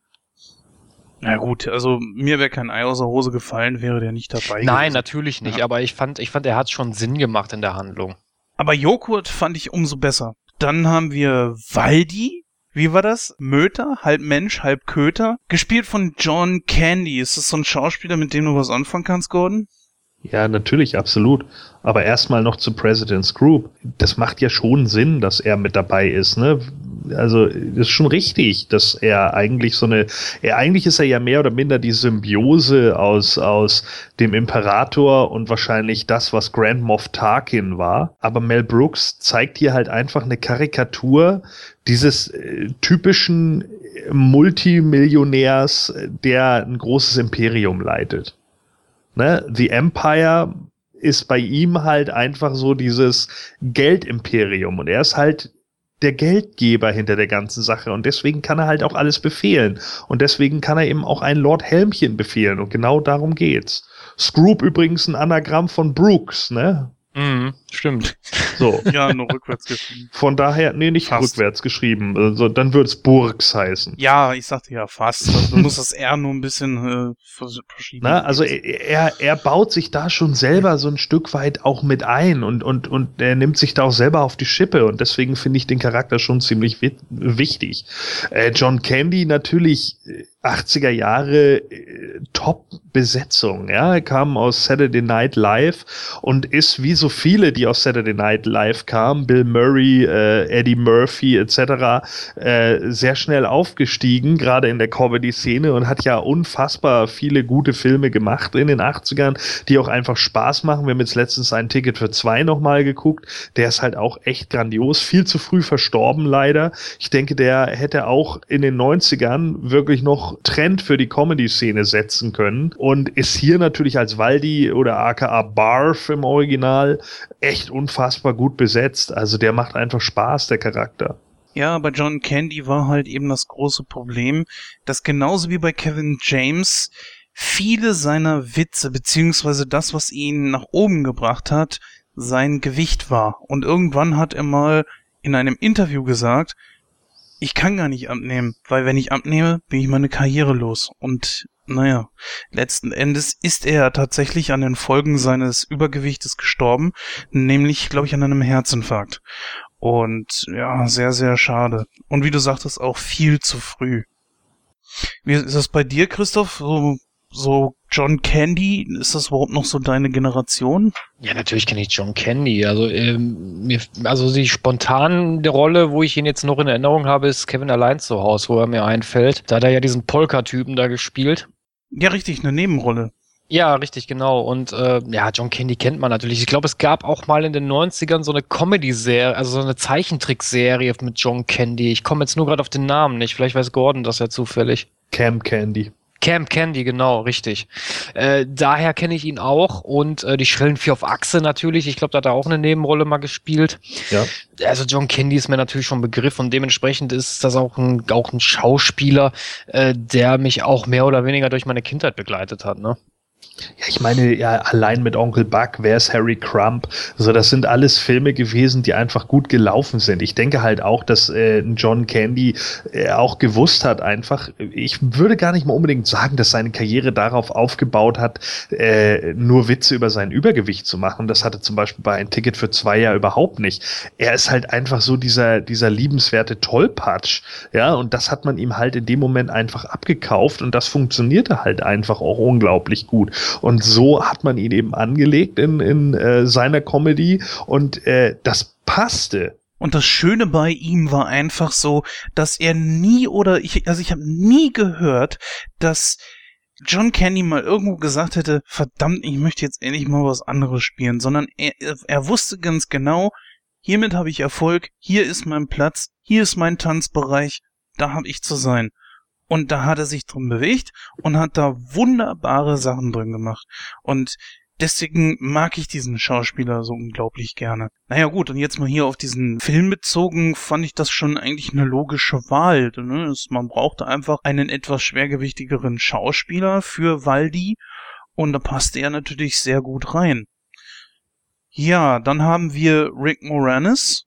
Na gut, also mir wäre kein Ei aus der Hose gefallen, wäre der nicht dabei gewesen. Nein, natürlich nicht, aber ich fand, er hat schon Sinn gemacht in der Handlung. Aber Joghurt fand ich umso besser. Dann haben wir Waldi. Wie war das? Möter, halb Mensch, halb Köter. Gespielt von John Candy. Ist das so ein Schauspieler, mit dem du was anfangen kannst, Gordon? Ja, natürlich, absolut. Aber erstmal noch zu President's Group. Das macht ja schon Sinn, dass er mit dabei ist, ne? Also, das ist schon richtig, dass er eigentlich eigentlich ist er ja mehr oder minder die Symbiose aus dem Imperator und wahrscheinlich das, was Grand Moff Tarkin war. Aber Mel Brooks zeigt hier halt einfach eine Karikatur dieses typischen Multimillionärs, der ein großes Imperium leitet. Ne? The Empire ist bei ihm halt einfach so dieses Geldimperium und er ist halt der Geldgeber hinter der ganzen Sache und deswegen kann er halt auch alles befehlen und deswegen kann er eben auch ein Lord Helmchen befehlen und genau darum geht's. Scroop übrigens ein Anagramm von Brooks, ne? Mhm, stimmt. So. Ja, nur rückwärts geschrieben. Von daher, nee, nicht fast rückwärts geschrieben. Also, dann wird's Burgs heißen. Ja, ich sagte ja fast. Also, du musst das R nur ein bisschen verschieben. Na, also er baut sich da schon selber so ein Stück weit auch mit ein und er nimmt sich da auch selber auf die Schippe und deswegen finde ich den Charakter schon ziemlich wichtig. John Candy natürlich 80er Jahre Top-Besetzung, ja, er kam aus Saturday Night Live und ist wie so viele, die aus Saturday Night Live kamen, Bill Murray, Eddie Murphy etc., sehr schnell aufgestiegen, gerade in der Comedy-Szene und hat ja unfassbar viele gute Filme gemacht in den 80ern, die auch einfach Spaß machen. Wir haben jetzt letztens ein Ticket für 2 nochmal geguckt, der ist halt auch echt grandios, viel zu früh verstorben leider. Ich denke, der hätte auch in den 90ern wirklich noch Trend für die Comedy-Szene setzen können und ist hier natürlich als Waldi oder aka Barf im Original echt unfassbar gut besetzt. Also der macht einfach Spaß, der Charakter. Ja, bei John Candy war halt eben das große Problem, dass genauso wie bei Kevin James viele seiner Witze, beziehungsweise das, was ihn nach oben gebracht hat, sein Gewicht war. Und irgendwann hat er mal in einem Interview gesagt, ich kann gar nicht abnehmen, weil wenn ich abnehme, bin ich meine Karriere los. Und naja, letzten Endes ist er tatsächlich an den Folgen seines Übergewichtes gestorben, nämlich, glaube ich, an einem Herzinfarkt. Und ja, sehr, sehr schade. Und wie du sagtest, auch viel zu früh. Wie ist das bei dir, Christoph? So John Candy, ist das überhaupt noch so deine Generation? Ja, natürlich kenne ich John Candy. Also die spontane Rolle, wo ich ihn jetzt noch in Erinnerung habe, ist Kevin allein zu Hause, wo er mir einfällt. Da hat er ja diesen Polka-Typen da gespielt. Ja, richtig, eine Nebenrolle. Ja, richtig, genau. Und John Candy kennt man natürlich. Ich glaube, es gab auch mal in den 90ern so eine Comedy-Serie, also so eine Zeichentrickserie mit John Candy. Ich komme jetzt nur gerade auf den Namen nicht. Vielleicht weiß Gordon das ja zufällig. Camp Candy. Camp Candy, genau, richtig. Daher kenne ich ihn auch und die Schrillen 4 auf Achse natürlich. Ich glaube, da hat er auch eine Nebenrolle mal gespielt. Ja. Also John Candy ist mir natürlich schon ein Begriff und dementsprechend ist das auch ein Schauspieler, der mich auch mehr oder weniger durch meine Kindheit begleitet hat, ne? Ja, ich meine, ja, allein mit Onkel Buck, wer ist Harry Crump? Also das sind alles Filme gewesen, die einfach gut gelaufen sind. Ich denke halt auch, dass John Candy auch gewusst hat einfach, ich würde gar nicht mal unbedingt sagen, dass seine Karriere darauf aufgebaut hat, nur Witze über sein Übergewicht zu machen. Das hatte zum Beispiel bei Ein Ticket für 2 ja überhaupt nicht. Er ist halt einfach so dieser liebenswerte Tollpatsch, ja, und das hat man ihm halt in dem Moment einfach abgekauft und das funktionierte halt einfach auch unglaublich gut. Und so hat man ihn eben angelegt in seiner Comedy und das passte. Und das Schöne bei ihm war einfach so, dass er nie ich habe nie gehört, dass John Candy mal irgendwo gesagt hätte, verdammt, ich möchte jetzt endlich mal was anderes spielen, sondern er wusste ganz genau, hiermit habe ich Erfolg, hier ist mein Platz, hier ist mein Tanzbereich, da habe ich zu sein. Und da hat er sich drin bewegt und hat da wunderbare Sachen drin gemacht. Und deswegen mag ich diesen Schauspieler so unglaublich gerne. Naja gut, und jetzt mal hier auf diesen Film bezogen, fand ich das schon eigentlich eine logische Wahl. Ne? Man brauchte einfach einen etwas schwergewichtigeren Schauspieler für Waldi und da passte er natürlich sehr gut rein. Ja, dann haben wir Rick Moranis.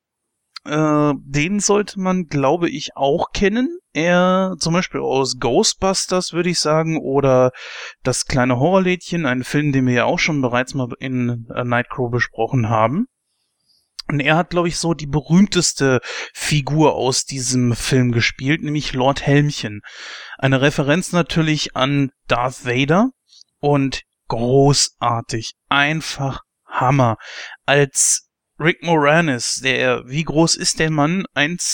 Den sollte man, glaube ich, auch kennen. Er zum Beispiel aus Ghostbusters, würde ich sagen, oder Das kleine Horrorlädchen, ein Film, den wir ja auch schon bereits mal in Nightcrow besprochen haben. Und er hat, glaube ich, so die berühmteste Figur aus diesem Film gespielt, nämlich Lord Helmchen. Eine Referenz natürlich an Darth Vader und großartig, einfach Hammer. Als Rick Moranis, wie groß ist der Mann?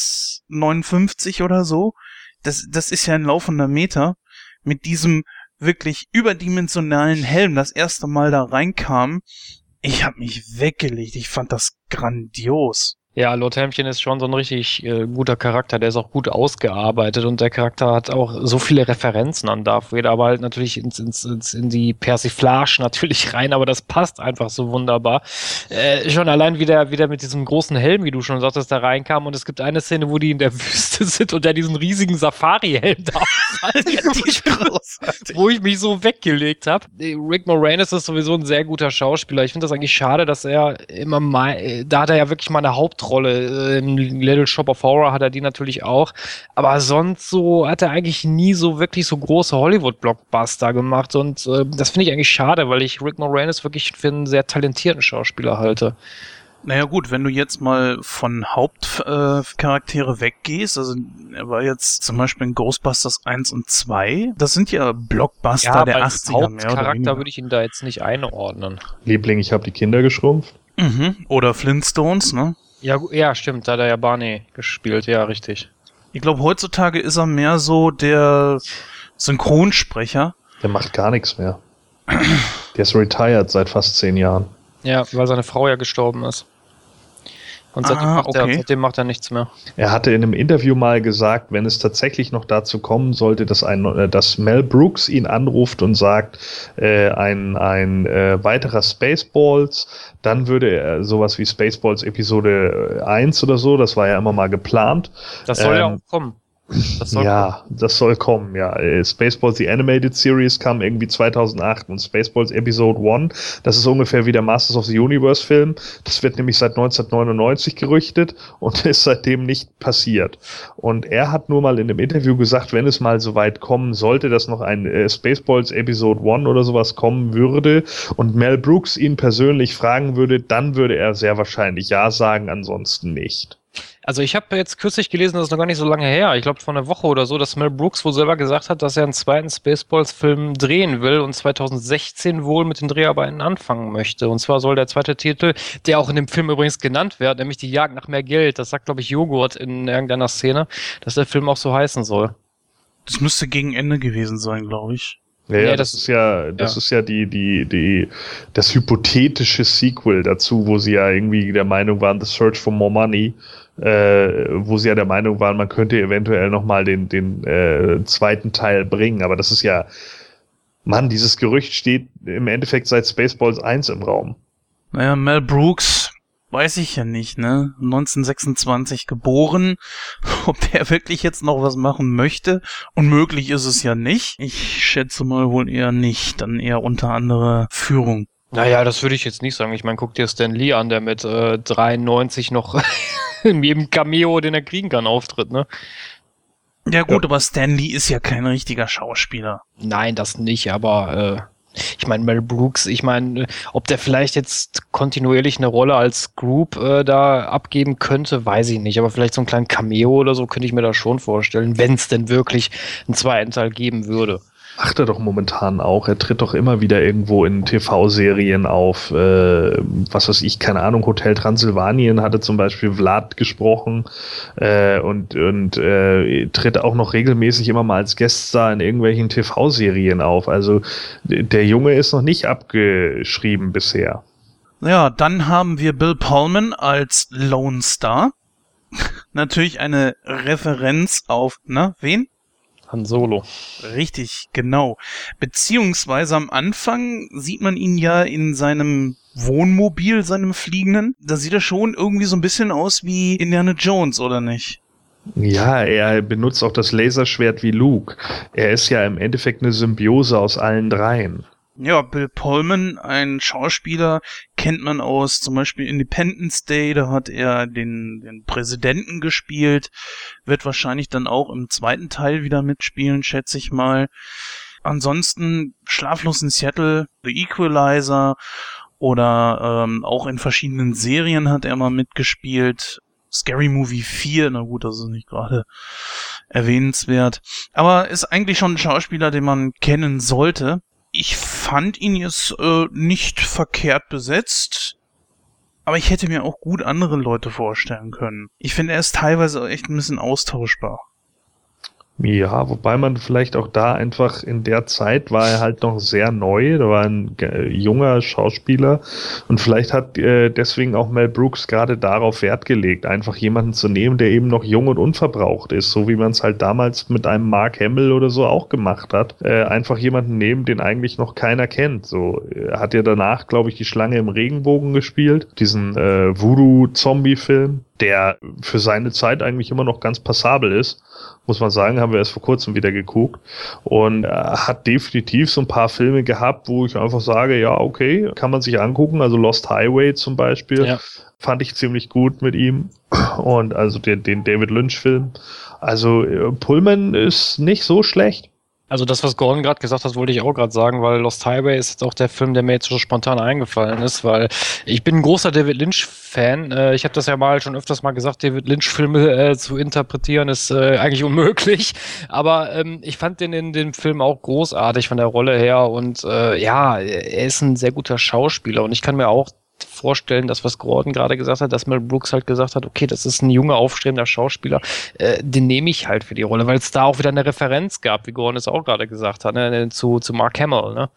1,59 oder so? Das ist ja ein laufender Meter. Mit diesem wirklich überdimensionalen Helm das erste Mal da reinkam. Ich hab mich weggelegt. Ich fand das grandios. Ja, Lord Helmchen ist schon so ein richtig guter Charakter, der ist auch gut ausgearbeitet und der Charakter hat auch so viele Referenzen an Darth Vader, aber halt natürlich in die Persiflage natürlich rein, aber das passt einfach so wunderbar. Schon allein wieder mit diesem großen Helm, wie du schon sagtest, da reinkam und es gibt eine Szene, wo die in der Wüste sind und der diesen riesigen Safari-Helm da aufhat, wo ich mich so weggelegt habe. Rick Moranis ist sowieso ein sehr guter Schauspieler. Ich finde das eigentlich schade, dass er immer mal, da hat er ja wirklich mal eine Hauptrolle. Im Little Shop of Horror hat er die natürlich auch. Aber sonst so hat er eigentlich nie so wirklich so große Hollywood-Blockbuster gemacht. Und das finde ich eigentlich schade, weil ich Rick Moranis wirklich für einen sehr talentierten Schauspieler halte. Naja gut, wenn du jetzt mal von Hauptcharaktere weggehst, also er war jetzt zum Beispiel in Ghostbusters 1 und 2, das sind ja Blockbuster der 80er. Hauptcharakter würde ich ihn da jetzt nicht einordnen. Liebling, ich habe die Kinder geschrumpft. Oder Flintstones, ne? Ja, stimmt, da hat er ja Barney gespielt, ja, richtig. Ich glaube, heutzutage ist er mehr so der Synchronsprecher. Der macht gar nichts mehr. Der ist retired seit fast 10 Jahren. Ja, weil seine Frau ja gestorben ist. Und seitdem macht er nichts mehr. Er hatte in einem Interview mal gesagt, wenn es tatsächlich noch dazu kommen sollte, dass Mel Brooks ihn anruft und sagt, ein weiterer Spaceballs, dann würde er sowas wie Spaceballs Episode 1 oder so, das war ja immer mal geplant. Das soll ja auch kommen. Das soll kommen, ja. Spaceballs, die Animated Series, kam irgendwie 2008 und Spaceballs Episode 1, das ist ungefähr wie der Masters of the Universe Film. Das wird nämlich seit 1999 gerüchtet und ist seitdem nicht passiert. Und er hat nur mal in einem Interview gesagt, wenn es mal so weit kommen sollte, dass noch ein Spaceballs Episode 1 oder sowas kommen würde und Mel Brooks ihn persönlich fragen würde, dann würde er sehr wahrscheinlich ja sagen, ansonsten nicht. Also ich habe jetzt kürzlich gelesen, das ist noch gar nicht so lange her, ich glaube vor einer Woche oder so, dass Mel Brooks wohl selber gesagt hat, dass er einen zweiten Spaceballs-Film drehen will und 2016 wohl mit den Dreharbeiten anfangen möchte. Und zwar soll der zweite Titel, der auch in dem Film übrigens genannt wird, nämlich Die Jagd nach mehr Geld, das sagt, glaube ich, Joghurt in irgendeiner Szene, dass der Film auch so heißen soll. Das müsste gegen Ende gewesen sein, glaube ich. Ja, das ist ja das hypothetische Sequel dazu, wo sie ja irgendwie der Meinung waren, The Search for More Money, wo sie ja der Meinung waren, man könnte eventuell nochmal den zweiten Teil bringen. Aber das ist ja, Mann, dieses Gerücht steht im Endeffekt seit Spaceballs 1 im Raum. Naja, Mel Brooks, weiß ich ja nicht, ne? 1926 geboren. Ob der wirklich jetzt noch was machen möchte? Unmöglich ist es ja nicht. Ich schätze mal wohl eher nicht. Dann eher unter anderer Führung. Naja, das würde ich jetzt nicht sagen. Ich meine, guck dir Stan Lee an, der mit 93 noch in jedem Cameo, den er kriegen kann, auftritt, ne? Ja gut, aber Stan Lee ist ja kein richtiger Schauspieler. Nein, das nicht, aber ich meine, Mel Brooks, ich meine, ob der vielleicht jetzt kontinuierlich eine Rolle als Group da abgeben könnte, weiß ich nicht. Aber vielleicht so einen kleinen Cameo oder so könnte ich mir da schon vorstellen, wenn es denn wirklich einen zweiten Teil geben würde. Macht er doch momentan auch. Er tritt doch immer wieder irgendwo in TV-Serien auf. Was weiß ich, keine Ahnung, Hotel Transsilvanien hatte zum Beispiel Vlad gesprochen und tritt auch noch regelmäßig immer mal als Gaststar in irgendwelchen TV-Serien auf. Also der Junge ist noch nicht abgeschrieben bisher. Ja, dann haben wir Bill Pullman als Lone Star. Natürlich eine Referenz auf, wen? Han Solo. Richtig, genau. Beziehungsweise am Anfang sieht man ihn ja in seinem Wohnmobil, seinem fliegenden. Da sieht er schon irgendwie so ein bisschen aus wie Indiana Jones, oder nicht? Ja, er benutzt auch das Laserschwert wie Luke. Er ist ja im Endeffekt eine Symbiose aus allen dreien. Ja, Bill Pullman, ein Schauspieler, kennt man aus zum Beispiel Independence Day, da hat er den Präsidenten gespielt, wird wahrscheinlich dann auch im zweiten Teil wieder mitspielen, schätze ich mal. Ansonsten Schlaflos in Seattle, The Equalizer oder auch in verschiedenen Serien hat er mal mitgespielt. Scary Movie 4, na gut, das ist nicht gerade erwähnenswert. Aber ist eigentlich schon ein Schauspieler, den man kennen sollte. Ich fand ihn jetzt nicht verkehrt besetzt, aber ich hätte mir auch gut andere Leute vorstellen können. Ich finde, er ist teilweise echt ein bisschen austauschbar. Ja, wobei man vielleicht auch da einfach in der Zeit war er halt noch sehr neu, da war ein junger Schauspieler und vielleicht hat deswegen auch Mel Brooks gerade darauf Wert gelegt, einfach jemanden zu nehmen, der eben noch jung und unverbraucht ist, so wie man es halt damals mit einem Mark Hamill oder so auch gemacht hat. Einfach jemanden nehmen, den eigentlich noch keiner kennt. So hat er danach, glaube ich, die Schlange im Regenbogen gespielt, diesen Voodoo-Zombie-Film, der für seine Zeit eigentlich immer noch ganz passabel ist. Muss man sagen, haben wir erst vor kurzem wieder geguckt und hat definitiv so ein paar Filme gehabt, wo ich einfach sage, ja, okay, kann man sich angucken, also Lost Highway zum Beispiel, ja. Fand ich ziemlich gut mit ihm und also den David Lynch-Film. Also Pullman ist nicht so schlecht. Also das, was Gordon gerade gesagt hat, wollte ich auch gerade sagen, weil Lost Highway ist jetzt auch der Film, der mir jetzt so spontan eingefallen ist, weil ich bin ein großer David Lynch-Fan. Ich habe das ja mal schon öfters mal gesagt, David Lynch-Filme zu interpretieren ist eigentlich unmöglich. Aber ich fand den in dem Film auch großartig von der Rolle her und ja, er ist ein sehr guter Schauspieler und ich kann mir auch vorstellen, das, was Gordon gerade gesagt hat, dass Mel Brooks halt gesagt hat, okay, das ist ein junger, aufstrebender Schauspieler, den nehme ich halt für die Rolle, weil es da auch wieder eine Referenz gab, wie Gordon es auch gerade gesagt hat, ne, zu Mark Hamill, ne?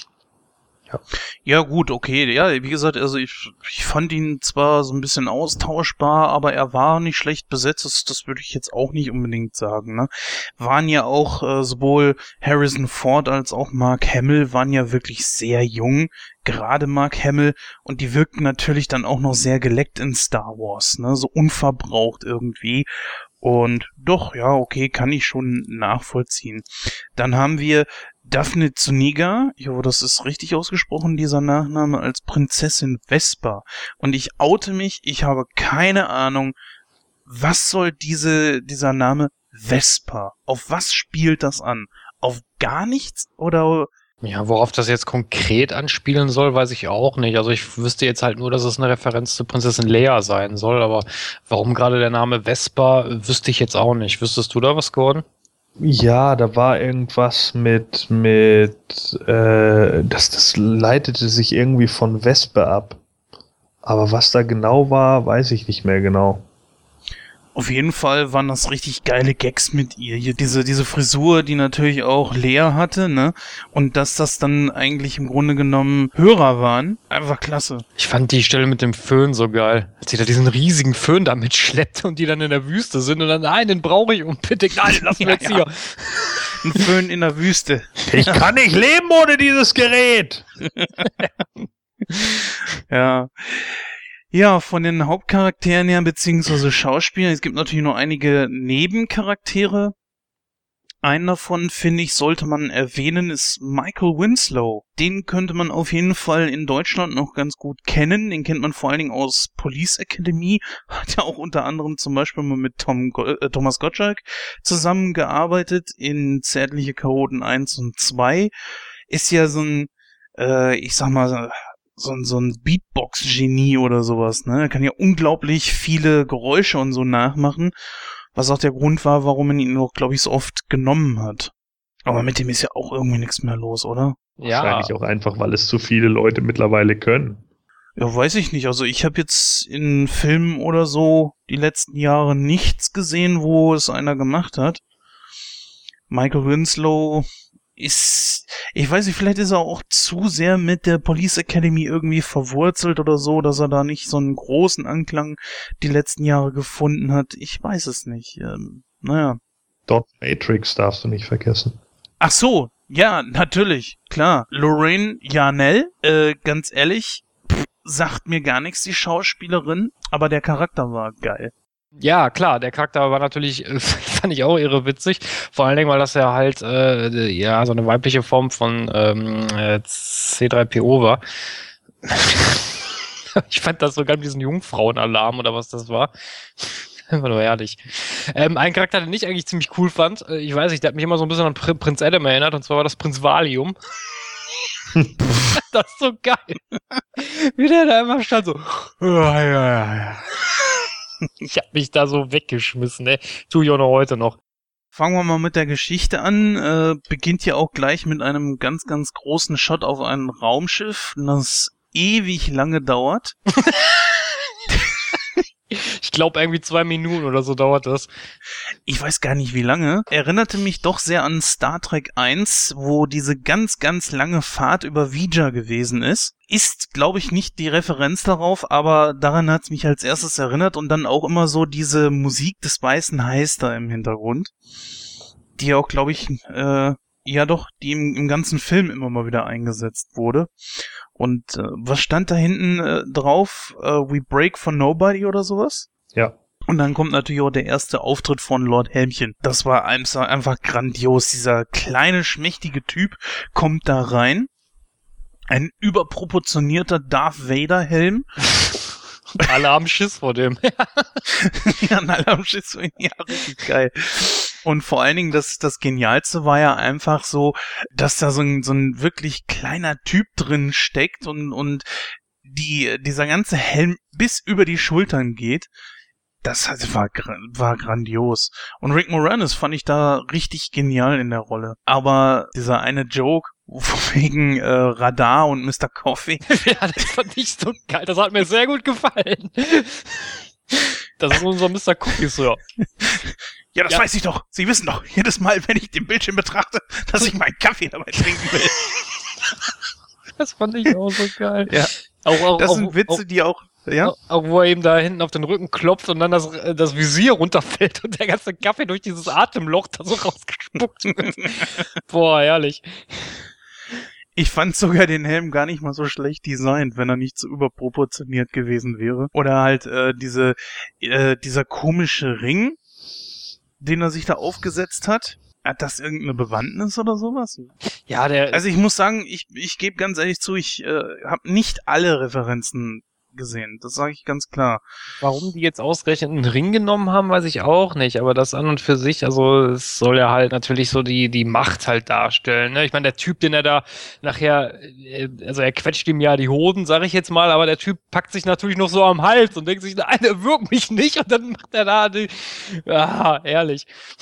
Ja gut, okay, ja, wie gesagt, also ich fand ihn zwar so ein bisschen austauschbar, aber er war nicht schlecht besetzt, das würde ich jetzt auch nicht unbedingt sagen, ne? Waren ja auch sowohl Harrison Ford als auch Mark Hamill waren ja wirklich sehr jung, gerade Mark Hamill, und die wirkten natürlich dann auch noch sehr geleckt in Star Wars, ne, so unverbraucht irgendwie. Und doch, ja, okay, kann ich schon nachvollziehen. Dann haben wir Daphne Zuniga, ich hoffe, das ist richtig ausgesprochen, dieser Nachname, als Prinzessin Vesper. Und ich oute mich, ich habe keine Ahnung, was soll dieser Name Vesper? Auf was spielt das an? Auf gar nichts? Oder... Ja, worauf das jetzt konkret anspielen soll, weiß ich auch nicht. Also ich wüsste jetzt halt nur, dass es eine Referenz zu Prinzessin Leia sein soll, aber warum gerade der Name Vesper, wüsste ich jetzt auch nicht. Wüsstest du da was, Gordon? Ja, da war irgendwas mit das leitete sich irgendwie von Wespe ab. Aber was da genau war, weiß ich nicht mehr genau. Auf jeden Fall waren das richtig geile Gags mit ihr. Hier diese Frisur, die natürlich auch Lea hatte, ne? Und dass das dann eigentlich im Grunde genommen Hörer waren. Einfach klasse. Ich fand die Stelle mit dem Föhn so geil. Als sie da diesen riesigen Föhn damit schleppt und die dann in der Wüste sind und dann, nein, den brauche ich unbedingt. Nein, lass mich jetzt hier. Ein Föhn in der Wüste. Ich kann nicht leben ohne dieses Gerät. Ja. Ja, von den Hauptcharakteren her, beziehungsweise Schauspielern, es gibt natürlich noch einige Nebencharaktere. Einen davon, finde ich, sollte man erwähnen, ist Michael Winslow. Den könnte man auf jeden Fall in Deutschland noch ganz gut kennen. Den kennt man vor allen Dingen aus Police Academy. Hat ja auch unter anderem zum Beispiel mal mit Thomas Gottschalk zusammengearbeitet in Zärtliche Chaoten 1 und 2. Ist ja so ein, ich sag mal, so ein Beatbox-Genie oder sowas, ne? Er kann ja unglaublich viele Geräusche und so nachmachen. Was auch der Grund war, warum man ihn noch, glaube ich, so oft genommen hat. Aber mit dem ist ja auch irgendwie nichts mehr los, oder? Ja, Wahrscheinlich auch einfach, weil es zu viele Leute mittlerweile können. Ja, weiß ich nicht. Also ich habe jetzt in Filmen oder so die letzten Jahre nichts gesehen, wo es einer gemacht hat. Michael Winslow ist, ich weiß nicht, vielleicht ist er auch zu sehr mit der Police Academy irgendwie verwurzelt oder so, dass er da nicht so einen großen Anklang die letzten Jahre gefunden hat. Ich weiß es nicht. Naja. Dot Matrix darfst du nicht vergessen. Ach so, ja, natürlich, klar. Lorraine Janel, ganz ehrlich, sagt mir gar nichts, die Schauspielerin, aber der Charakter war geil. ja, klar, der Charakter war natürlich, fand ich auch irre witzig. Vor allen Dingen, weil das ja halt, ja, so eine weibliche Form von C3PO war. Ich fand das sogar mit diesem Jungfrauenalarm oder was das war. Einfach nur herrlich. Ein Charakter, den ich eigentlich ziemlich cool fand, ich weiß nicht, der hat mich immer so ein bisschen an Prinz Adam erinnert, und zwar war das Prinz Valium. Das ist so geil. Wie der da immer stand, so. Ich hab mich da so weggeschmissen, ey. Tue ich auch noch heute noch. Fangen wir mal mit der Geschichte an. Beginnt ja auch gleich mit einem ganz, ganz großen Shot auf ein Raumschiff, das ewig lange dauert. Ich glaube, irgendwie 2 Minuten oder so dauert das. Ich weiß gar nicht, wie lange. Erinnerte mich doch sehr an Star Trek 1, wo diese ganz, ganz lange Fahrt über Vija gewesen ist. Ist, glaube ich, nicht die Referenz darauf, aber daran hat es mich als erstes erinnert und dann auch immer so diese Musik des Weißen Hais da im Hintergrund, die auch, glaube ich, ja doch, die im ganzen Film immer mal wieder eingesetzt wurde. Und was stand da hinten drauf? We Break for Nobody oder sowas? Ja. Und dann kommt natürlich auch der erste Auftritt von Lord Helmchen. Das war einfach grandios. Dieser kleine, schmächtige Typ kommt da rein. Ein überproportionierter Darth Vader-Helm. Alle haben Schiss vor dem. Ja, alle haben Schiss vor ihm. Ja, richtig geil. Und vor allen Dingen, das Genialste war ja einfach so, dass da so ein wirklich kleiner Typ drin steckt und dieser ganze Helm bis über die Schultern geht. Das war grandios. Und Rick Moranis fand ich da richtig genial in der Rolle. Aber dieser eine Joke, wegen Radar und Mr. Coffee. Ja, das fand ich so geil. Das hat mir sehr gut gefallen. Das ist unser Mr. Cookie, so. Ja, das weiß ich doch. Sie wissen doch, jedes Mal, wenn ich den Bildschirm betrachte, dass ich meinen Kaffee dabei trinken will. Das fand ich auch so geil. Ja. Das sind Witze, die auch, ja? Auch wo er ihm da hinten auf den Rücken klopft und dann das Visier runterfällt und der ganze Kaffee durch dieses Atemloch da so rausgespuckt wird. Boah, herrlich. Ich fand sogar den Helm gar nicht mal so schlecht designt, wenn er nicht so überproportioniert gewesen wäre. Oder halt dieser komische Ring, den er sich da aufgesetzt hat. Hat das irgendeine Bewandtnis oder sowas? Ja, Also ich muss sagen, ich gebe ganz ehrlich zu, ich habe nicht alle Referenzen gesehen. Das sage ich ganz klar. warum die jetzt ausgerechnet einen Ring genommen haben, weiß ich auch nicht. Aber das an und für sich, also es soll ja halt natürlich so die Macht halt darstellen. Ne? Ich meine, der Typ, den er da nachher, also er quetscht ihm ja die Hoden, sage ich jetzt mal, aber der Typ packt sich natürlich noch so am Hals und denkt sich, nein, er wirkt mich nicht. Und dann macht er da ehrlich.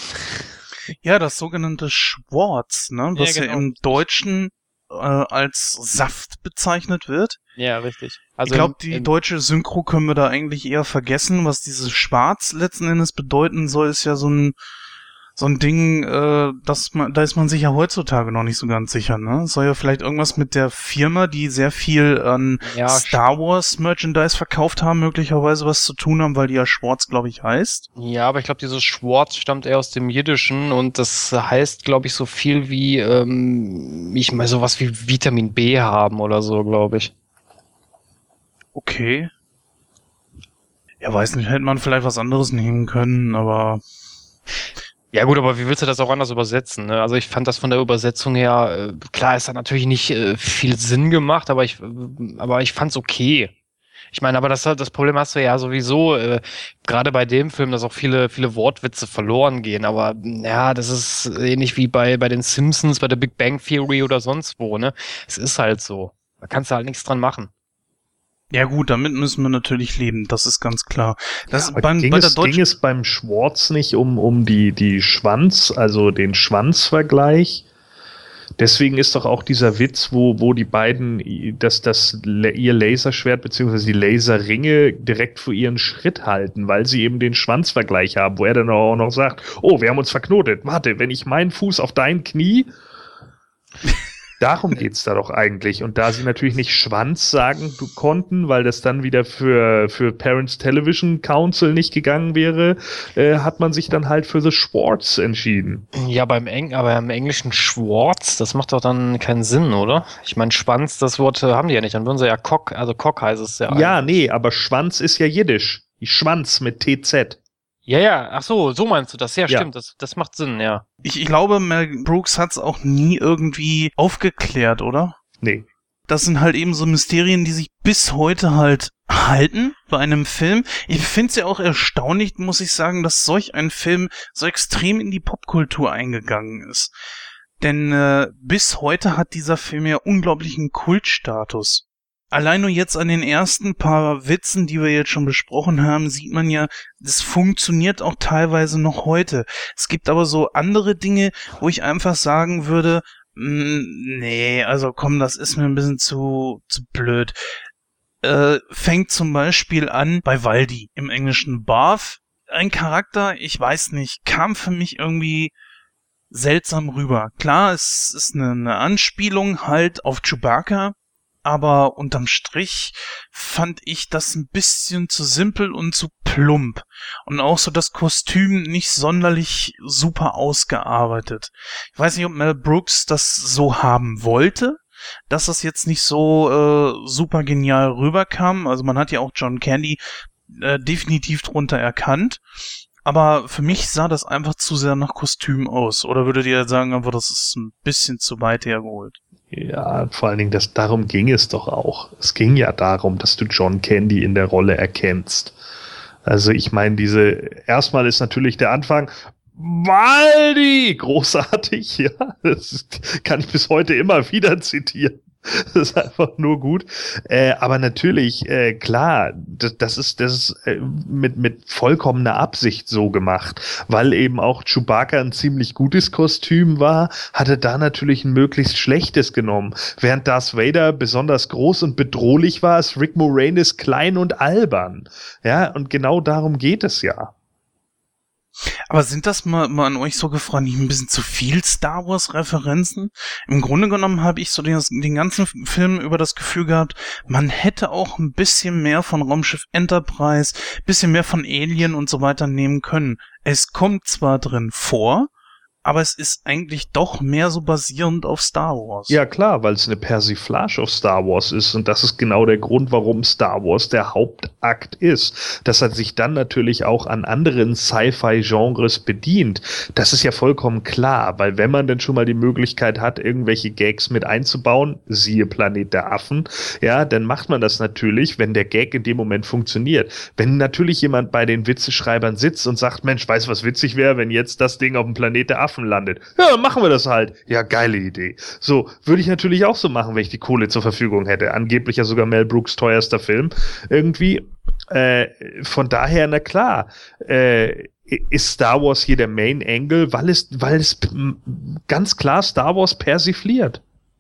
Ja, das sogenannte Schwarz, ne? Was ja, genau. im Deutschen als Saft bezeichnet wird. Ja, richtig. Also ich glaube, die deutsche Synchro können wir da eigentlich eher vergessen. Was dieses Schwarz letzten Endes bedeuten soll, ist ja so ein Ding, da ist man sich ja heutzutage noch nicht so ganz sicher, ne? Es soll ja vielleicht irgendwas mit der Firma, die sehr viel an Star Wars Merchandise verkauft haben, möglicherweise was zu tun haben, weil die ja Schwarz, glaube ich, heißt. Ja, aber ich glaube, dieses Schwarz stammt eher aus dem Jiddischen und das heißt, glaube ich, so viel wie, ich meine, sowas wie Vitamin B haben oder so, glaube ich. Okay. Ja, weiß nicht, hätte man vielleicht was anderes nehmen können, aber... Ja gut, aber wie willst du das auch anders übersetzen? Ne? Also ich fand das von der Übersetzung her, klar, es hat natürlich nicht viel Sinn gemacht, aber ich fand's okay. Ich meine, aber das Problem hast du ja sowieso, gerade bei dem Film, dass auch viele Wortwitze verloren gehen. Aber ja, das ist ähnlich wie bei den Simpsons, bei der Big Bang Theory oder sonst wo, ne? Es ist halt so. Da kannst du halt nichts dran machen. Ja gut, damit müssen wir natürlich leben, das ist ganz klar. Das Aber ging es beim Schwartz nicht um die Schwanz, also den Schwanzvergleich? Deswegen ist doch auch dieser Witz, wo die beiden ihr Laserschwert bzw. die Laserringe direkt vor ihren Schritt halten, weil sie eben den Schwanzvergleich haben, wo er dann auch noch sagt, oh, wir haben uns verknotet, warte, wenn ich meinen Fuß auf dein Knie... Darum geht's da doch eigentlich. Und da sie natürlich nicht Schwanz sagen konnten, weil das dann wieder für Parents Television Council nicht gegangen wäre, hat man sich dann halt für The Schwartz entschieden. Ja, aber im Englischen Schwartz, das macht doch dann keinen Sinn, oder? Ich meine, Schwanz, das Wort haben die ja nicht. Dann würden sie ja Cock heißt es ja. Ja, nee, aber Schwanz ist ja Jiddisch. Schwanz mit TZ. Ja, ach so meinst du das? Ja, Ja. stimmt, das macht Sinn, ja. Ich glaube, Mel Brooks hat's auch nie irgendwie aufgeklärt, oder? Nee. Das sind halt eben so Mysterien, die sich bis heute halt halten bei einem Film. Ich finde es ja auch erstaunlich, muss ich sagen, dass solch ein Film so extrem in die Popkultur eingegangen ist. Denn bis heute hat dieser Film ja unglaublichen Kultstatus. Allein nur jetzt an den ersten paar Witzen, die wir jetzt schon besprochen haben, sieht man ja, das funktioniert auch teilweise noch heute. Es gibt aber so andere Dinge, wo ich einfach sagen würde, nee, also komm, das ist mir ein bisschen zu blöd. Fängt zum Beispiel an bei Waldi im englischen Barf. Ein Charakter, ich weiß nicht, kam für mich irgendwie seltsam rüber. Klar, es ist eine Anspielung halt auf Chewbacca, aber unterm Strich fand ich das ein bisschen zu simpel und zu plump. Und auch so das Kostüm nicht sonderlich super ausgearbeitet. Ich weiß nicht, ob Mel Brooks das so haben wollte, dass das jetzt nicht so super genial rüberkam. Also man hat ja auch John Candy definitiv drunter erkannt. Aber für mich sah das einfach zu sehr nach Kostüm aus. Oder würdet ihr sagen, einfach, das ist ein bisschen zu weit hergeholt? Ja, vor allen Dingen, darum ging es doch auch. Es ging ja darum, dass du John Candy in der Rolle erkennst. Also ich meine, erstmal ist natürlich der Anfang, Waldi! Großartig, ja. Das kann ich bis heute immer wieder zitieren. Das ist einfach nur gut. Aber natürlich, klar, das ist mit vollkommener Absicht so gemacht, weil eben auch Chewbacca ein ziemlich gutes Kostüm war, hatte da natürlich ein möglichst schlechtes genommen. Während Darth Vader besonders groß und bedrohlich war, ist Rick Moranis klein und albern. Ja, und genau darum geht es ja. Aber sind das mal an euch so gefragt, nicht ein bisschen zu viel Star Wars Referenzen? Im Grunde genommen habe ich so den ganzen Film über das Gefühl gehabt, man hätte auch ein bisschen mehr von Raumschiff Enterprise, bisschen mehr von Alien und so weiter nehmen können. Es kommt zwar drin vor, aber es ist eigentlich doch mehr so basierend auf Star Wars. Ja klar, weil es eine Persiflage auf Star Wars ist und das ist genau der Grund, warum Star Wars der Hauptakt ist. Dass er sich dann natürlich auch an anderen Sci-Fi-Genres bedient, das ist ja vollkommen klar, weil wenn man denn schon mal die Möglichkeit hat, irgendwelche Gags mit einzubauen, siehe Planet der Affen, ja, dann macht man das natürlich, wenn der Gag in dem Moment funktioniert. Wenn natürlich jemand bei den Witzeschreibern sitzt und sagt, Mensch, weißt du, was witzig wäre, wenn jetzt das Ding auf dem Planet der Affen landet. Ja, dann machen wir das halt. Ja, geile Idee. So, würde ich natürlich auch so machen, wenn ich die Kohle zur Verfügung hätte. Angeblich ja sogar Mel Brooks teuerster Film. Irgendwie, von daher, na klar, ist Star Wars hier der Main Angle, weil es ganz klar Star Wars persifliert.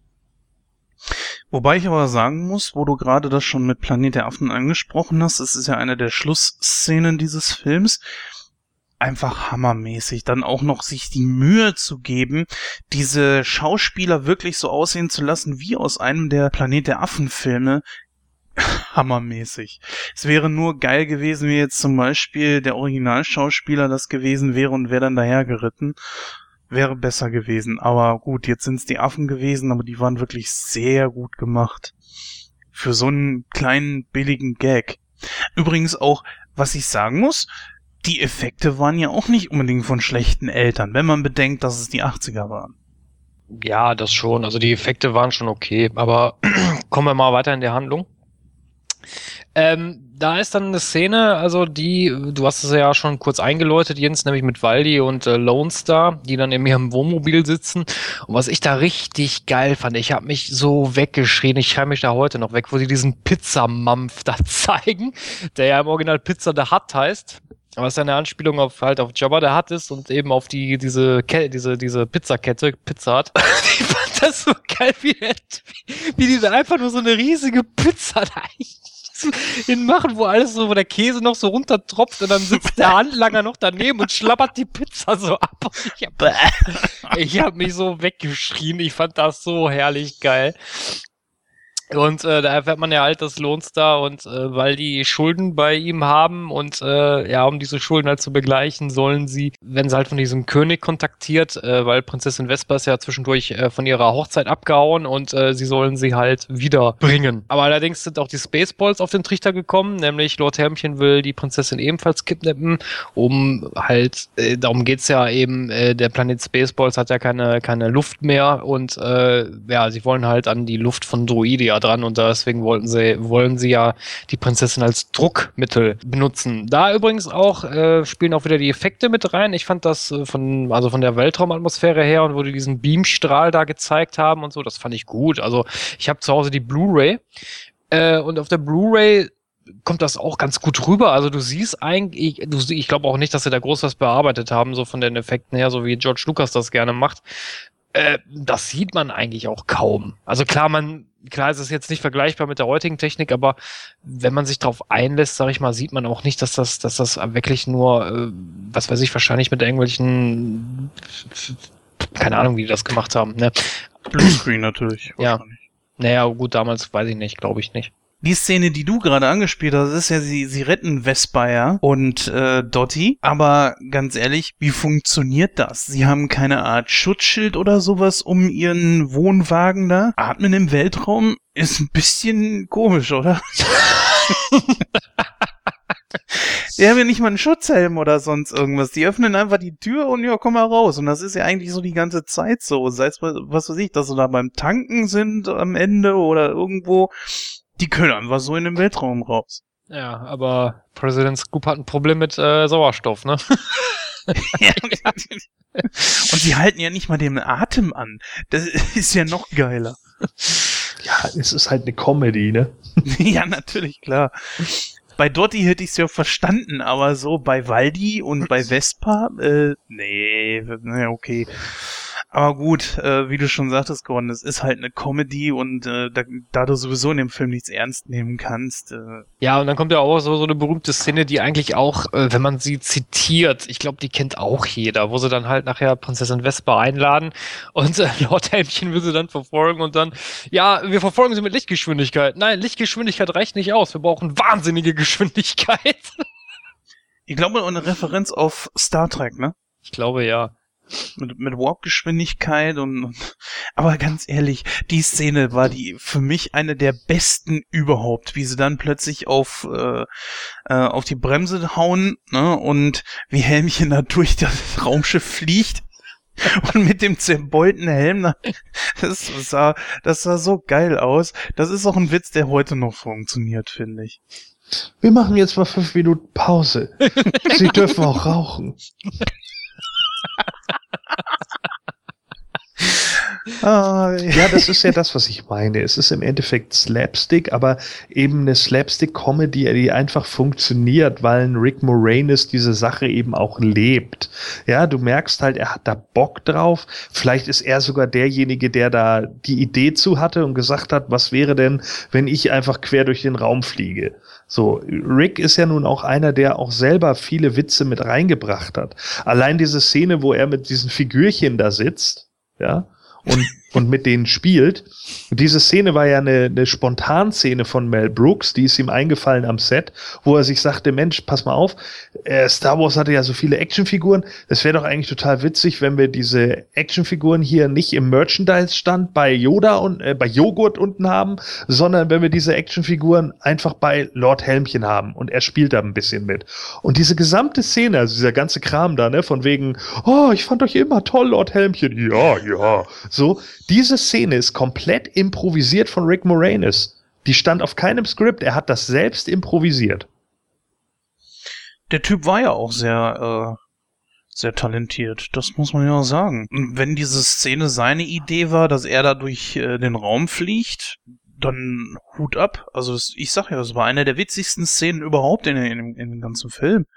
Wobei ich aber sagen muss, wo du gerade das schon mit Planet der Affen angesprochen hast, es ist ja eine der Schlussszenen dieses Films, einfach hammermäßig, dann auch noch sich die Mühe zu geben, diese Schauspieler wirklich so aussehen zu lassen wie aus einem der Planet der Affen-Filme. Hammermäßig. Es wäre nur geil gewesen, wie jetzt zum Beispiel der Originalschauspieler das gewesen wäre und wäre dann dahergeritten. Wäre besser gewesen. Aber gut, jetzt sind es die Affen gewesen, aber die waren wirklich sehr gut gemacht. Für so einen kleinen, billigen Gag. Übrigens auch was ich sagen muss, die Effekte waren ja auch nicht unbedingt von schlechten Eltern, wenn man bedenkt, dass es die 80er waren. Ja, das schon. Also die Effekte waren schon okay, aber kommen wir mal weiter in der Handlung. Da ist dann eine Szene, also du hast es ja schon kurz eingeläutet, Jens, nämlich mit Waldi und Lone Star, die dann in ihrem Wohnmobil sitzen. Und was ich da richtig geil fand, ich habe mich so weggeschrien, ich schreie mich da heute noch weg, wo sie diesen Pizzamampf da zeigen, der ja im Original Pizza the Hut heißt. Aber es ist eine Anspielung auf Jabba the Hutt ist und eben auf diese Pizzakette, Pizza Hut. Ich fand das so geil, wie die da einfach nur so eine riesige Pizza da hinmachen, wo der Käse noch so runtertropft und dann sitzt der Handlanger noch daneben und schlabbert die Pizza so ab. Und ich hab mich so weggeschrien, ich fand das so herrlich geil. Und da erfährt man ja halt, dass Lone Star und weil die Schulden bei ihm haben und um diese Schulden halt zu begleichen, werden sie halt von diesem König kontaktiert, weil Prinzessin Vespa ist ja zwischendurch von ihrer Hochzeit abgehauen und sie sollen sie halt wiederbringen. Aber allerdings sind auch die Spaceballs auf den Trichter gekommen, nämlich Lord Helmchen will die Prinzessin ebenfalls kidnappen, darum geht's ja eben, der Planet Spaceballs hat ja keine Luft mehr und sie wollen halt an die Luft von Droidia dran und deswegen wollen sie ja die Prinzessin als Druckmittel benutzen. Da übrigens auch spielen auch wieder die Effekte mit rein. Ich fand das von der Weltraumatmosphäre her und wo die diesen Beamstrahl da gezeigt haben und so, das fand ich gut. Also ich habe zu Hause die Blu-ray und auf der Blu-ray kommt das auch ganz gut rüber. Also du siehst eigentlich, ich glaube auch nicht, dass sie da groß was bearbeitet haben, so von den Effekten her, so wie George Lucas das gerne macht. Das sieht man eigentlich auch kaum. Also klar ist es jetzt nicht vergleichbar mit der heutigen Technik, aber wenn man sich darauf einlässt, sag ich mal, sieht man auch nicht, dass das wirklich nur, was weiß ich, wahrscheinlich mit irgendwelchen, keine Ahnung, wie die das gemacht haben, ne? Bluescreen natürlich. Ja. Naja, gut, damals weiß ich nicht, glaube ich nicht. Die Szene, die du gerade angespielt hast, ist ja, sie retten Vespa ja und Dottie, aber ganz ehrlich, wie funktioniert das? Sie haben keine Art Schutzschild oder sowas um ihren Wohnwagen da? Atmen im Weltraum ist ein bisschen komisch, oder? Die haben ja nicht mal einen Schutzhelm oder sonst irgendwas. Die öffnen einfach die Tür und ja, komm mal raus. Und das ist ja eigentlich so die ganze Zeit so. Sei es, was weiß ich, dass sie da beim Tanken sind am Ende oder irgendwo. Die können einfach so in den Weltraum raus. Ja, aber President Scoop hat ein Problem mit Sauerstoff, ne? Ja. Und sie halten ja nicht mal den Atem an. Das ist ja noch geiler. Ja, es ist halt eine Comedy, ne? Ja, natürlich, klar. Bei Dottie hätte ich es ja verstanden, aber so bei Waldi und bei Vespa, nee, okay. Aber gut, wie du schon sagtest, Gordon, es ist halt eine Comedy und da du sowieso in dem Film nichts ernst nehmen kannst. Ja, und dann kommt ja auch so eine berühmte Szene, die eigentlich auch, wenn man sie zitiert, ich glaube, die kennt auch jeder, wo sie dann halt nachher Prinzessin Vespa einladen und Lord Helmchen will sie dann verfolgen und dann, ja, wir verfolgen sie mit Lichtgeschwindigkeit. Nein, Lichtgeschwindigkeit reicht nicht aus, wir brauchen wahnsinnige Geschwindigkeit. Ich glaube, eine Referenz auf Star Trek, ne? Ich glaube, ja. Mit Warp-Geschwindigkeit aber ganz ehrlich, die Szene war für mich eine der besten überhaupt, wie sie dann plötzlich auf die Bremse hauen, ne, und wie Helmchen da durch das Raumschiff fliegt und mit dem zerbeulten Helm, das sah so geil aus. Das ist auch ein Witz, der heute noch funktioniert, finde ich. Wir machen jetzt mal 5 Minuten Pause. Sie dürfen auch rauchen. Ja, das ist ja das, was ich meine. Es ist im Endeffekt Slapstick, aber eben eine Slapstick-Comedy, die einfach funktioniert, weil ein Rick Moranis diese Sache eben auch lebt. Ja, du merkst halt, er hat da Bock drauf. Vielleicht ist er sogar derjenige, der da die Idee zu hatte und gesagt hat, was wäre denn, wenn ich einfach quer durch den Raum fliege? So, Rick ist ja nun auch einer, der auch selber viele Witze mit reingebracht hat. Allein diese Szene, wo er mit diesen Figürchen da sitzt, ja, und und mit denen spielt. Und diese Szene war ja eine Spontanszene von Mel Brooks, die ist ihm eingefallen am Set, wo er sich sagte, Mensch, pass mal auf, Star Wars hatte ja so viele Actionfiguren, es wäre doch eigentlich total witzig, wenn wir diese Actionfiguren hier nicht im Merchandise-Stand bei Yoda und bei Joghurt unten haben, sondern wenn wir diese Actionfiguren einfach bei Lord Helmchen haben. Und er spielt da ein bisschen mit. Und diese gesamte Szene, also dieser ganze Kram da, ne, von wegen, oh, ich fand euch immer toll, Lord Helmchen. Ja. So, diese Szene ist komplett improvisiert von Rick Moranis. Die stand auf keinem Skript, er hat das selbst improvisiert. Der Typ war ja auch sehr talentiert, das muss man ja sagen. Und wenn diese Szene seine Idee war, dass er da durch den Raum fliegt, dann Hut ab. Also ich sag ja, das war eine der witzigsten Szenen überhaupt in dem ganzen Film.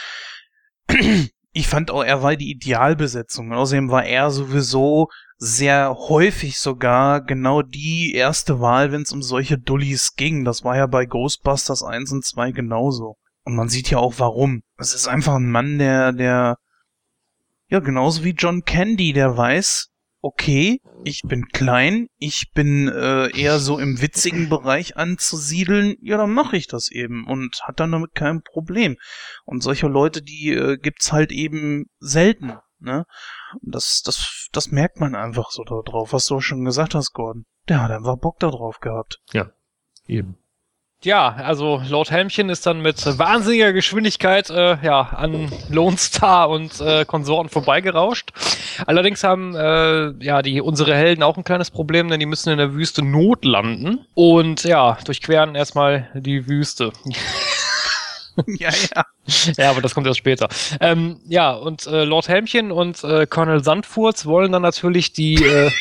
Ich fand auch, er war die Idealbesetzung. Außerdem war er sowieso sehr häufig sogar genau die erste Wahl, wenn es um solche Dullis ging. Das war ja bei Ghostbusters 1 und 2 genauso. Und man sieht ja auch warum. Es ist einfach ein Mann, der ja genauso wie John Candy, der weiß, okay, ich bin klein, ich bin eher so im witzigen Bereich anzusiedeln, ja, dann mache ich das eben und hat dann damit kein Problem. Und solche Leute, die gibt's halt eben selten, ne? Und das merkt man einfach so da drauf, was du auch schon gesagt hast, Gordon. Der hat einfach Bock da drauf gehabt. Ja, eben. Ja, also Lord Helmchen ist dann mit wahnsinniger Geschwindigkeit an Lone Star und Konsorten vorbeigerauscht. Allerdings haben unsere Helden auch ein kleines Problem, denn die müssen in der Wüste notlanden und durchqueren erstmal die Wüste. Ja. Ja, aber das kommt erst später. Lord Helmchen und Colonel Sandfurz wollen dann natürlich die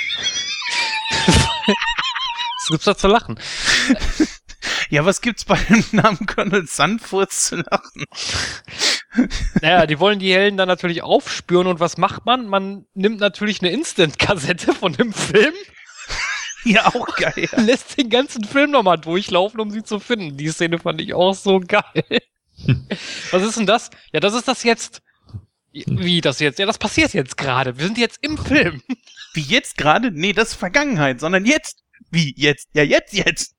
was gibt's da zu lachen? Ja, was gibt's bei dem Namen Colonel Sandfurz zu lachen? Naja, die wollen die Helden dann natürlich aufspüren und was macht man? Man nimmt natürlich eine Instant-Kassette von dem Film. Ja, auch geil. Lässt den ganzen Film nochmal durchlaufen, um sie zu finden. Die Szene fand ich auch so geil. Was ist denn das? Ja, das ist das jetzt. Wie das jetzt? Ja, das passiert jetzt gerade. Wir sind jetzt im Film. Wie jetzt gerade? Nee, das ist Vergangenheit, sondern jetzt. Wie jetzt? Ja, jetzt.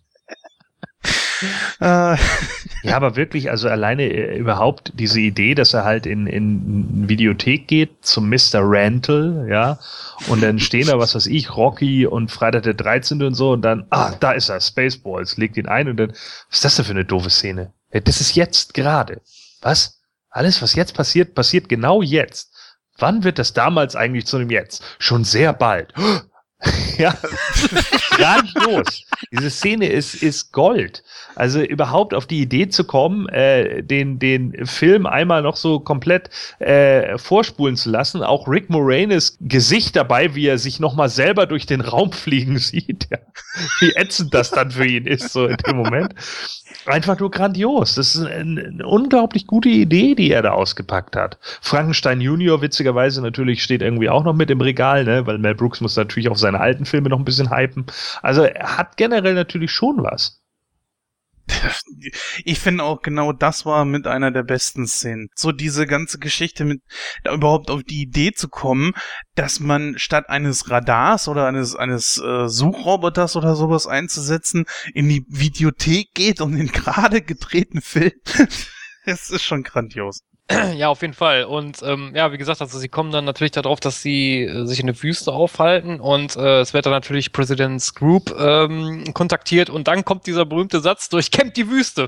Ja, aber wirklich, also alleine überhaupt diese Idee, dass er halt in Videothek geht zum Mr. Rental, ja, und dann stehen da, was weiß ich, Rocky und Freitag der 13. und so und dann, da ist er, Spaceballs, legt ihn ein und dann, was ist das denn für eine doofe Szene? Ja, das ist jetzt gerade. Was? Alles, was jetzt passiert, passiert genau jetzt. Wann wird das damals eigentlich zu einem Jetzt? Schon sehr bald. Ja, grandios. Diese Szene ist Gold. Also überhaupt auf die Idee zu kommen, den Film einmal noch so komplett vorspulen zu lassen. Auch Rick Moranis Gesicht dabei, wie er sich nochmal selber durch den Raum fliegen sieht. Ja. Wie ätzend das dann für ihn ist, so in dem Moment. Einfach nur grandios. Das ist eine unglaublich gute Idee, die er da ausgepackt hat. Frankenstein Junior, witzigerweise, natürlich steht irgendwie auch noch mit im Regal, ne? Weil Mel Brooks muss natürlich auch seine alten Filme noch ein bisschen hypen. Also er hat generell natürlich schon was. Ich finde auch genau das war mit einer der besten Szenen. So diese ganze Geschichte mit da überhaupt auf die Idee zu kommen, dass man statt eines Radars oder eines Suchroboters oder sowas einzusetzen, in die Videothek geht und den gerade gedrehten Film. Es ist schon grandios. Ja, auf jeden Fall. Und wie gesagt, also sie kommen dann natürlich darauf, dass sie sich in der Wüste aufhalten und es wird dann natürlich President's Group kontaktiert und dann kommt dieser berühmte Satz, durchkämmt die Wüste.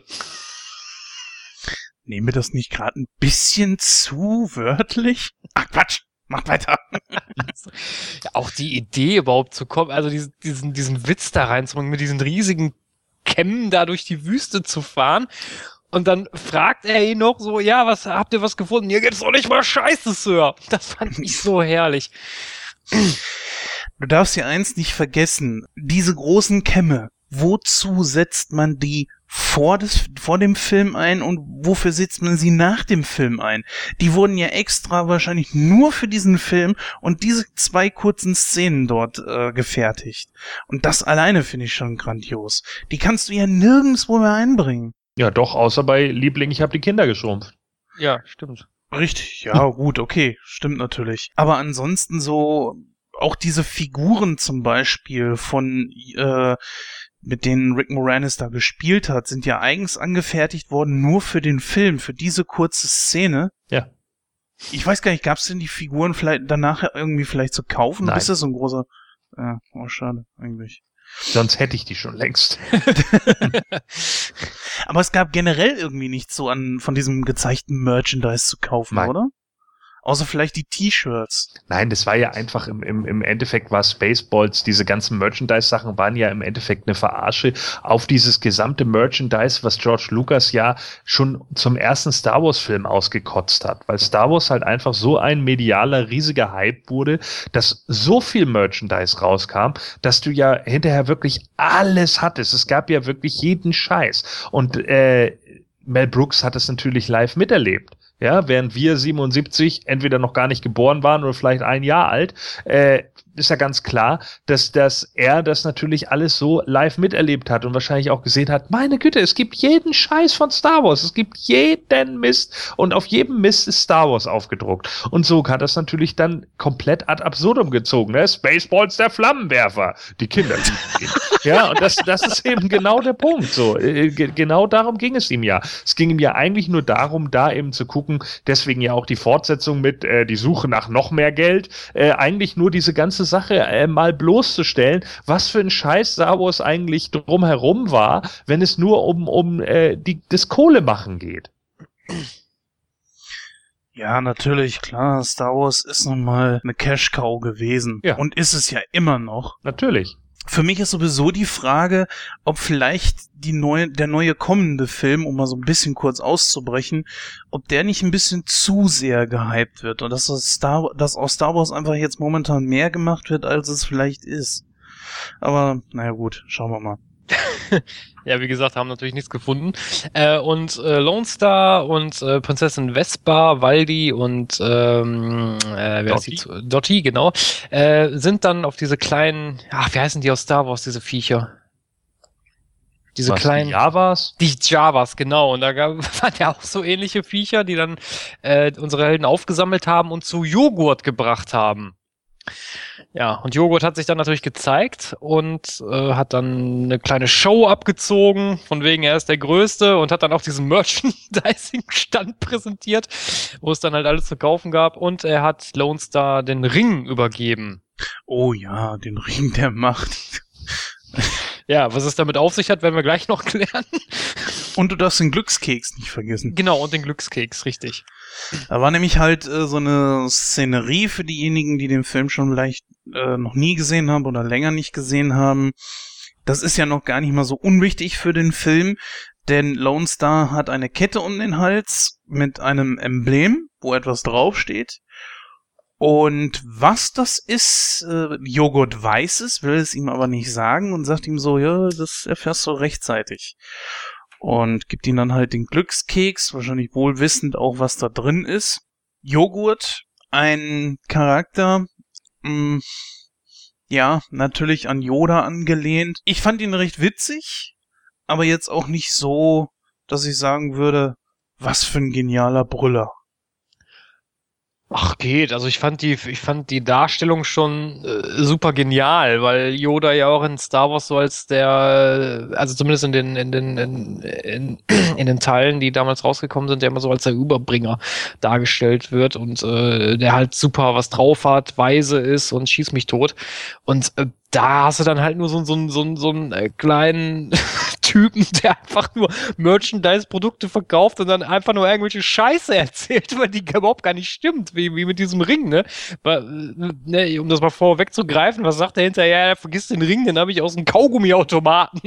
Nehmen wir das nicht gerade ein bisschen zu wörtlich? Ach Quatsch, mach weiter. Ja, auch die Idee überhaupt zu kommen, also diesen Witz da reinzubringen, mit diesen riesigen Kämmen da durch die Wüste zu fahren. Und dann fragt er ihn noch so, ja, habt ihr was gefunden? Hier geht's doch nicht mal Scheiße, Sir. Das fand ich so herrlich. Du darfst ja eins nicht vergessen. Diese großen Kämme, wozu setzt man die vor dem Film ein und wofür setzt man sie nach dem Film ein? Die wurden ja extra wahrscheinlich nur für diesen Film und diese 2 kurzen Szenen dort gefertigt. Und das alleine finde ich schon grandios. Die kannst du ja nirgendwo mehr einbringen. Ja, doch, außer bei Liebling, ich habe die Kinder geschrumpft. Ja, stimmt. Richtig, ja, gut, okay, stimmt natürlich. Aber ansonsten so auch diese Figuren zum Beispiel von mit denen Rick Moranis da gespielt hat, sind ja eigens angefertigt worden, nur für den Film, für diese kurze Szene. Ja. Ich weiß gar nicht, gab es denn die Figuren vielleicht danach irgendwie vielleicht zu kaufen? Nein. Ist das so ein großer... Ja, schade, eigentlich. Sonst hätte ich die schon längst. Aber es gab generell irgendwie nichts so von diesem gezeigten Merchandise zu kaufen, Nein. oder? Außer vielleicht die T-Shirts. Nein, das war ja einfach im Endeffekt war Spaceballs, diese ganzen Merchandise-Sachen waren ja im Endeffekt eine Verarsche auf dieses gesamte Merchandise, was George Lucas ja schon zum ersten Star Wars-Film ausgekotzt hat. Weil Star Wars halt einfach so ein medialer, riesiger Hype wurde, dass so viel Merchandise rauskam, dass du ja hinterher wirklich alles hattest. Es gab ja wirklich jeden Scheiß. Und Mel Brooks hat es natürlich live miterlebt. Ja, während wir 77 entweder noch gar nicht geboren waren oder vielleicht ein Jahr alt, ist ja ganz klar, dass er das natürlich alles so live miterlebt hat und wahrscheinlich auch gesehen hat, meine Güte, es gibt jeden Scheiß von Star Wars, es gibt jeden Mist und auf jedem Mist ist Star Wars aufgedruckt. Und so hat das natürlich dann komplett ad absurdum gezogen, ne? Spaceballs der Flammenwerfer, die Kinder lieben ihn. Ja, und das ist eben genau der Punkt, so. Genau darum ging es ihm ja. Es ging ihm ja eigentlich nur darum, da eben zu gucken, deswegen ja auch die Fortsetzung mit die Suche nach noch mehr Geld, eigentlich nur diese ganze Sache mal bloßzustellen, was für ein Scheiß Star Wars eigentlich drumherum war, wenn es nur um das Kohlemachen geht. Ja, natürlich, klar, Star Wars ist nun mal eine Cash-Cow gewesen. Ja. Und ist es ja immer noch. Natürlich. Für mich ist sowieso die Frage, ob vielleicht der neue kommende Film, um mal so ein bisschen kurz auszubrechen, ob der nicht ein bisschen zu sehr gehypt wird und dass aus Star Wars einfach jetzt momentan mehr gemacht wird, als es vielleicht ist. Aber, naja gut, schauen wir mal. Ja, wie gesagt, haben natürlich nichts gefunden. Und Lone Star und Prinzessin Vespa, Waldi und Dottie, genau, sind dann auf diese kleinen, wie heißen die aus Star Wars, diese Viecher? Diese kleinen... Die Javas? Die Javas, genau. Und da waren ja auch so ähnliche Viecher, die dann unsere Helden aufgesammelt haben und zu Joghurt gebracht haben. Ja, und Joghurt hat sich dann natürlich gezeigt und hat dann eine kleine Show abgezogen, von wegen er ist der Größte und hat dann auch diesen Merchandising-Stand präsentiert, wo es dann halt alles zu kaufen gab und er hat Lone Star den Ring übergeben. Oh ja, den Ring der Macht. Ja, was es damit auf sich hat, werden wir gleich noch klären. Und du darfst den Glückskeks nicht vergessen. Genau, und den Glückskeks, richtig. Da war nämlich halt so eine Szenerie für diejenigen, die den Film schon vielleicht noch nie gesehen haben oder länger nicht gesehen haben. Das ist ja noch gar nicht mal so unwichtig für den Film, denn Lone Star hat eine Kette um den Hals mit einem Emblem, wo etwas draufsteht. Und was das ist, Joghurt weiß es, will es ihm aber nicht sagen und sagt ihm so, ja, das erfährst du rechtzeitig. Und gibt ihm dann halt den Glückskeks, wahrscheinlich wohlwissend auch, was da drin ist. Joghurt, ein Charakter, ja, natürlich an Yoda angelehnt. Ich fand ihn recht witzig, aber jetzt auch nicht so, dass ich sagen würde, was für ein genialer Brüller. Ach, geht. Also ich fand die Darstellung schon super genial, weil Yoda ja auch in Star Wars so als der, also zumindest in den Teilen, die damals rausgekommen sind, der immer so als der Überbringer dargestellt wird und der halt super was drauf hat, weise ist und schieß mich tot. Und da hast du dann halt nur so einen kleinen Typen, der einfach nur Merchandise-Produkte verkauft und dann einfach nur irgendwelche Scheiße erzählt, weil die überhaupt gar nicht stimmt, wie mit diesem Ring, ne? Um das mal vorweg zu greifen, was sagt er hinterher? Ja, vergiss den Ring, den habe ich aus dem Kaugummiautomaten.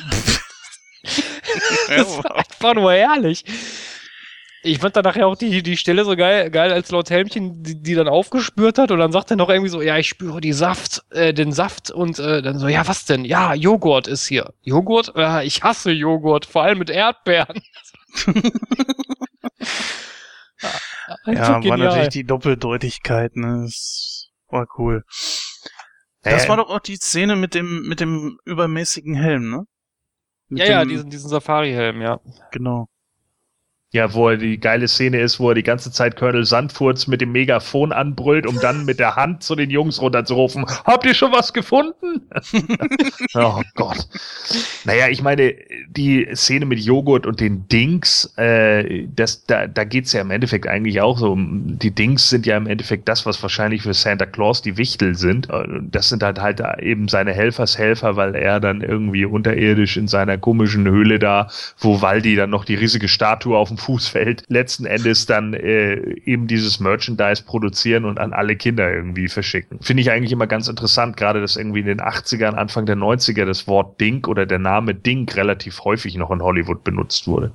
Das war einfach nur herrlich. Ich fand dann nachher auch die Stelle so geil, als Lord Helmchen die dann aufgespürt hat und dann sagt er noch irgendwie so, ja, ich spüre den Saft und dann so, ja, was denn? Ja, Joghurt ist hier. Joghurt? Ja, ich hasse Joghurt, vor allem mit Erdbeeren. Ja, war natürlich die Doppeldeutigkeit, ne? Das war cool. Das war doch auch die Szene mit dem übermäßigen Helm, ne? Diesen Safari-Helm, ja. Genau. Ja, wo er die geile Szene ist, wo er die ganze Zeit Colonel Sandfurz mit dem Megafon anbrüllt, um dann mit der Hand zu den Jungs runterzurufen. Habt ihr schon was gefunden? Oh Gott. Naja, ich meine, die Szene mit Joghurt und den Dings, da geht's ja im Endeffekt eigentlich auch so um, die Dings sind ja im Endeffekt das, was wahrscheinlich für Santa Claus die Wichtel sind. Das sind halt eben seine Helfershelfer, weil er dann irgendwie unterirdisch in seiner komischen Höhle da, wo Waldi dann noch die riesige Statue auf dem Fußfeld, letzten Endes dann eben dieses Merchandise produzieren und an alle Kinder irgendwie verschicken. Finde ich eigentlich immer ganz interessant, gerade dass irgendwie in den 80ern, Anfang der 90er das Wort Dink oder der Name Dink relativ häufig noch in Hollywood benutzt wurde.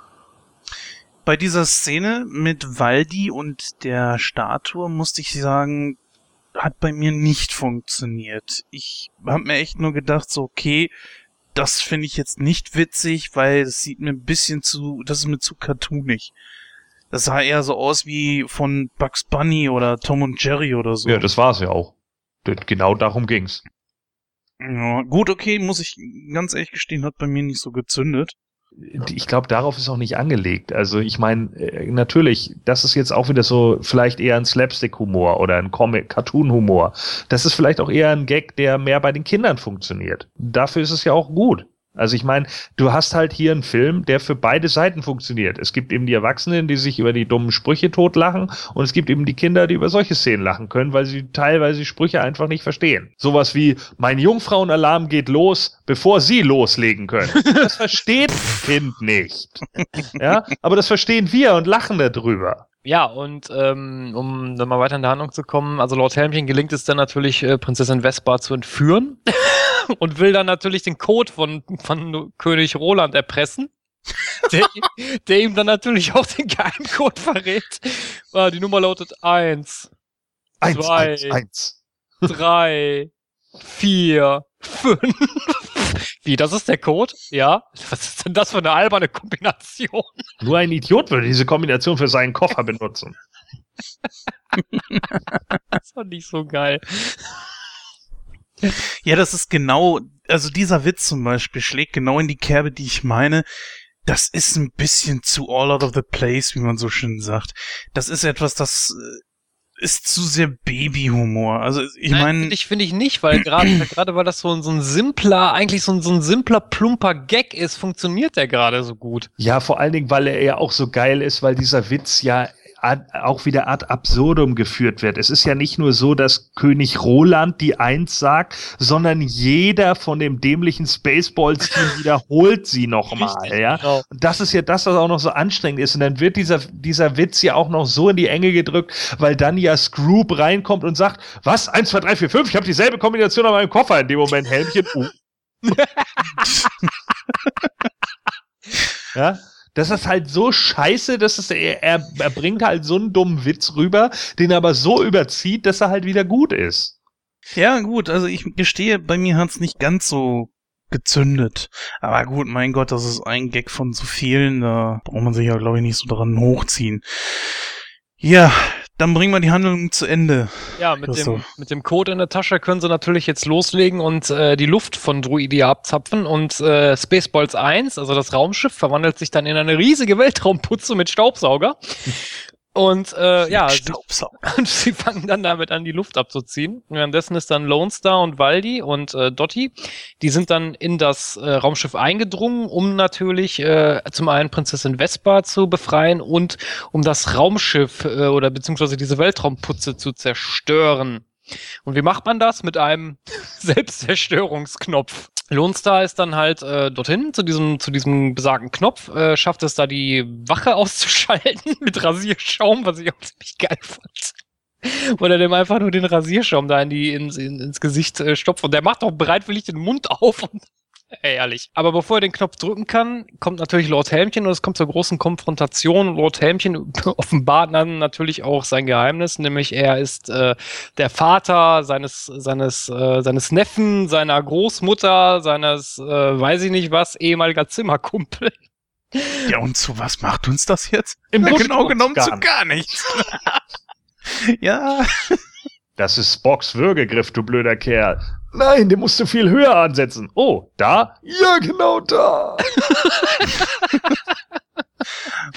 Bei dieser Szene mit Waldi und der Statue musste ich sagen, hat bei mir nicht funktioniert. Ich habe mir echt nur gedacht, so okay, das finde ich jetzt nicht witzig, weil es sieht mir ein bisschen das ist mir zu cartoonig. Das sah eher so aus wie von Bugs Bunny oder Tom und Jerry oder so. Ja, das war's ja auch. Genau darum ging's. Ja, gut, okay, muss ich ganz ehrlich gestehen, hat bei mir nicht so gezündet. Ich glaube, darauf ist auch nicht angelegt. Also ich meine, natürlich, das ist jetzt auch wieder so vielleicht eher ein Slapstick-Humor oder ein Cartoon-Humor. Das ist vielleicht auch eher ein Gag, der mehr bei den Kindern funktioniert. Dafür ist es ja auch gut. Also ich meine, du hast halt hier einen Film, der für beide Seiten funktioniert. Es gibt eben die Erwachsenen, die sich über die dummen Sprüche totlachen und es gibt eben die Kinder, die über solche Szenen lachen können, weil sie teilweise die Sprüche einfach nicht verstehen. Sowas wie, mein Jungfrauenalarm geht los, bevor sie loslegen können. Das versteht ein Kind nicht. Ja, aber das verstehen wir und lachen darüber. Ja, und um dann mal weiter in der Handlung zu kommen, also Lord Helmchen gelingt es dann natürlich, Prinzessin Vespa zu entführen und will dann natürlich den Code von König Roland erpressen, der ihm dann natürlich auch den Geheimcode verrät. Die Nummer lautet 1, 2, 3, 4, 5. Wie, das ist der Code? Ja. Was ist denn das für eine alberne Kombination? Nur ein Idiot würde diese Kombination für seinen Koffer benutzen. Das war nicht so geil. Ja, das ist genau, also dieser Witz zum Beispiel schlägt genau in die Kerbe, die ich meine. Das ist ein bisschen zu all out of the place, wie man so schön sagt. Das ist etwas, das ist zu sehr Babyhumor. Also ich meine, finde ich nicht, weil gerade weil das so ein simpler, eigentlich so ein simpler, plumper Gag ist, funktioniert der gerade so gut. Ja, vor allen Dingen, weil er ja auch so geil ist, weil dieser Witz ja auch wieder ad absurdum geführt wird. Es ist ja nicht nur so, dass König Roland die 1 sagt, sondern jeder von dem dämlichen Spaceballs-Team wiederholt sie nochmal. Ja? Genau. Und das ist ja das, was auch noch so anstrengend ist. Und dann wird dieser Witz ja auch noch so in die Enge gedrückt, weil dann ja Scroob reinkommt und sagt, was? 1, 2, 3, 4, 5? Ich habe dieselbe Kombination an meinem Koffer in dem Moment. Helmchen. Ja? Das ist halt so scheiße, dass er bringt halt so einen dummen Witz rüber, den er aber so überzieht, dass er halt wieder gut ist. Ja, gut, also ich gestehe, bei mir hat's nicht ganz so gezündet. Aber gut, mein Gott, das ist ein Gag von so vielen, da braucht man sich ja, glaube ich, nicht so dran hochziehen. Ja, dann bringen wir die Handlung zu Ende. Ja, mit dem Code in der Tasche können sie natürlich jetzt loslegen und die Luft von Druidia abzapfen und Spaceballs 1, also das Raumschiff, verwandelt sich dann in eine riesige Weltraumputze mit Staubsauger. Und sie fangen dann damit an, die Luft abzuziehen. Währenddessen ist dann Lone Star und Waldi und Dottie, die sind dann in das Raumschiff eingedrungen, um natürlich zum einen Prinzessin Vespa zu befreien und um das Raumschiff oder beziehungsweise diese Weltraumputze zu zerstören. Und wie macht man das? Mit einem Selbstzerstörungsknopf. Lone Star ist dann halt dorthin, zu diesem besagten Knopf, schafft es da die Wache auszuschalten mit Rasierschaum, was ich auch ziemlich geil fand. Weil er dem einfach nur den Rasierschaum da ins Gesicht stopft und der macht auch bereitwillig den Mund auf und ehrlich. Aber bevor er den Knopf drücken kann, kommt natürlich Lord Helmchen und es kommt zur großen Konfrontation. Lord Helmchen offenbart dann natürlich auch sein Geheimnis, nämlich er ist der Vater seines Neffen, seiner Großmutter, seines weiß ich nicht was, ehemaliger Zimmerkumpel. Ja, und zu was macht uns das jetzt? Genau genommen zu gar nichts. Ja. Das ist Spocks Würgegriff, du blöder Kerl. Nein, den musst du viel höher ansetzen. Oh, da? Ja, genau da.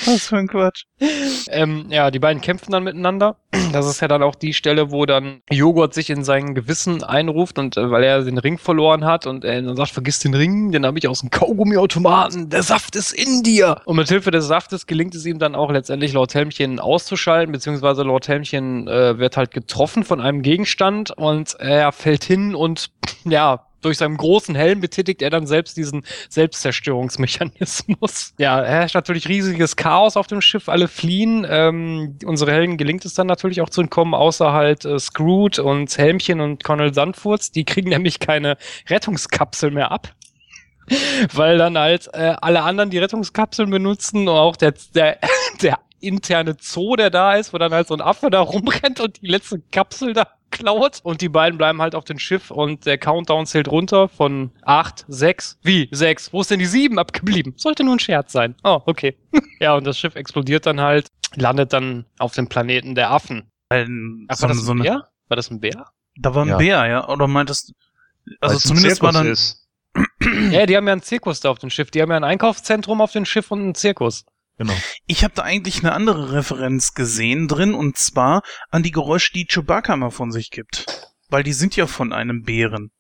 Was für ein Quatsch. Ja, die beiden kämpfen dann miteinander. Das ist ja dann auch die Stelle, wo dann Joghurt sich in sein Gewissen einruft und weil er den Ring verloren hat und er dann sagt, vergiss den Ring, den habe ich aus dem Kaugummiautomaten, der Saft ist in dir. Und mit Hilfe des Saftes gelingt es ihm dann auch letztendlich Lord Helmchen auszuschalten, beziehungsweise Lord Helmchen wird halt getroffen von einem Gegenstand und er fällt hin und ja, durch seinen großen Helm betätigt er dann selbst diesen Selbstzerstörungsmechanismus. Ja, herrscht natürlich riesiges Chaos auf dem Schiff, alle fliehen. Unsere Helden gelingt es dann natürlich auch zu entkommen, außer halt Scroot und Helmchen und Colonel Sandfurz. Die kriegen nämlich keine Rettungskapsel mehr ab. Weil dann halt alle anderen die Rettungskapseln benutzen und auch der interne Zoo, der da ist, wo dann halt so ein Affe da rumrennt und die letzte Kapsel da klaut. Und die beiden bleiben halt auf dem Schiff und der Countdown zählt runter von 8, 6. Wie? 6? Wo ist denn die 7 abgeblieben? Sollte nur ein Scherz sein. Oh, okay. Ja, und das Schiff explodiert dann halt, landet dann auf dem Planeten der Affen. Ach, war das ein Bär? War das ein Bär? Da war ein Bär, ja? Oder meintest also Weil's zumindest war dann... ist. Ja, die haben ja einen Zirkus da auf dem Schiff. Die haben ja ein Einkaufszentrum auf dem Schiff und einen Zirkus. Genau. Ich habe da eigentlich eine andere Referenz gesehen drin, und zwar an die Geräusche, die Chewbacca mal von sich gibt. Weil die sind ja von einem Bären.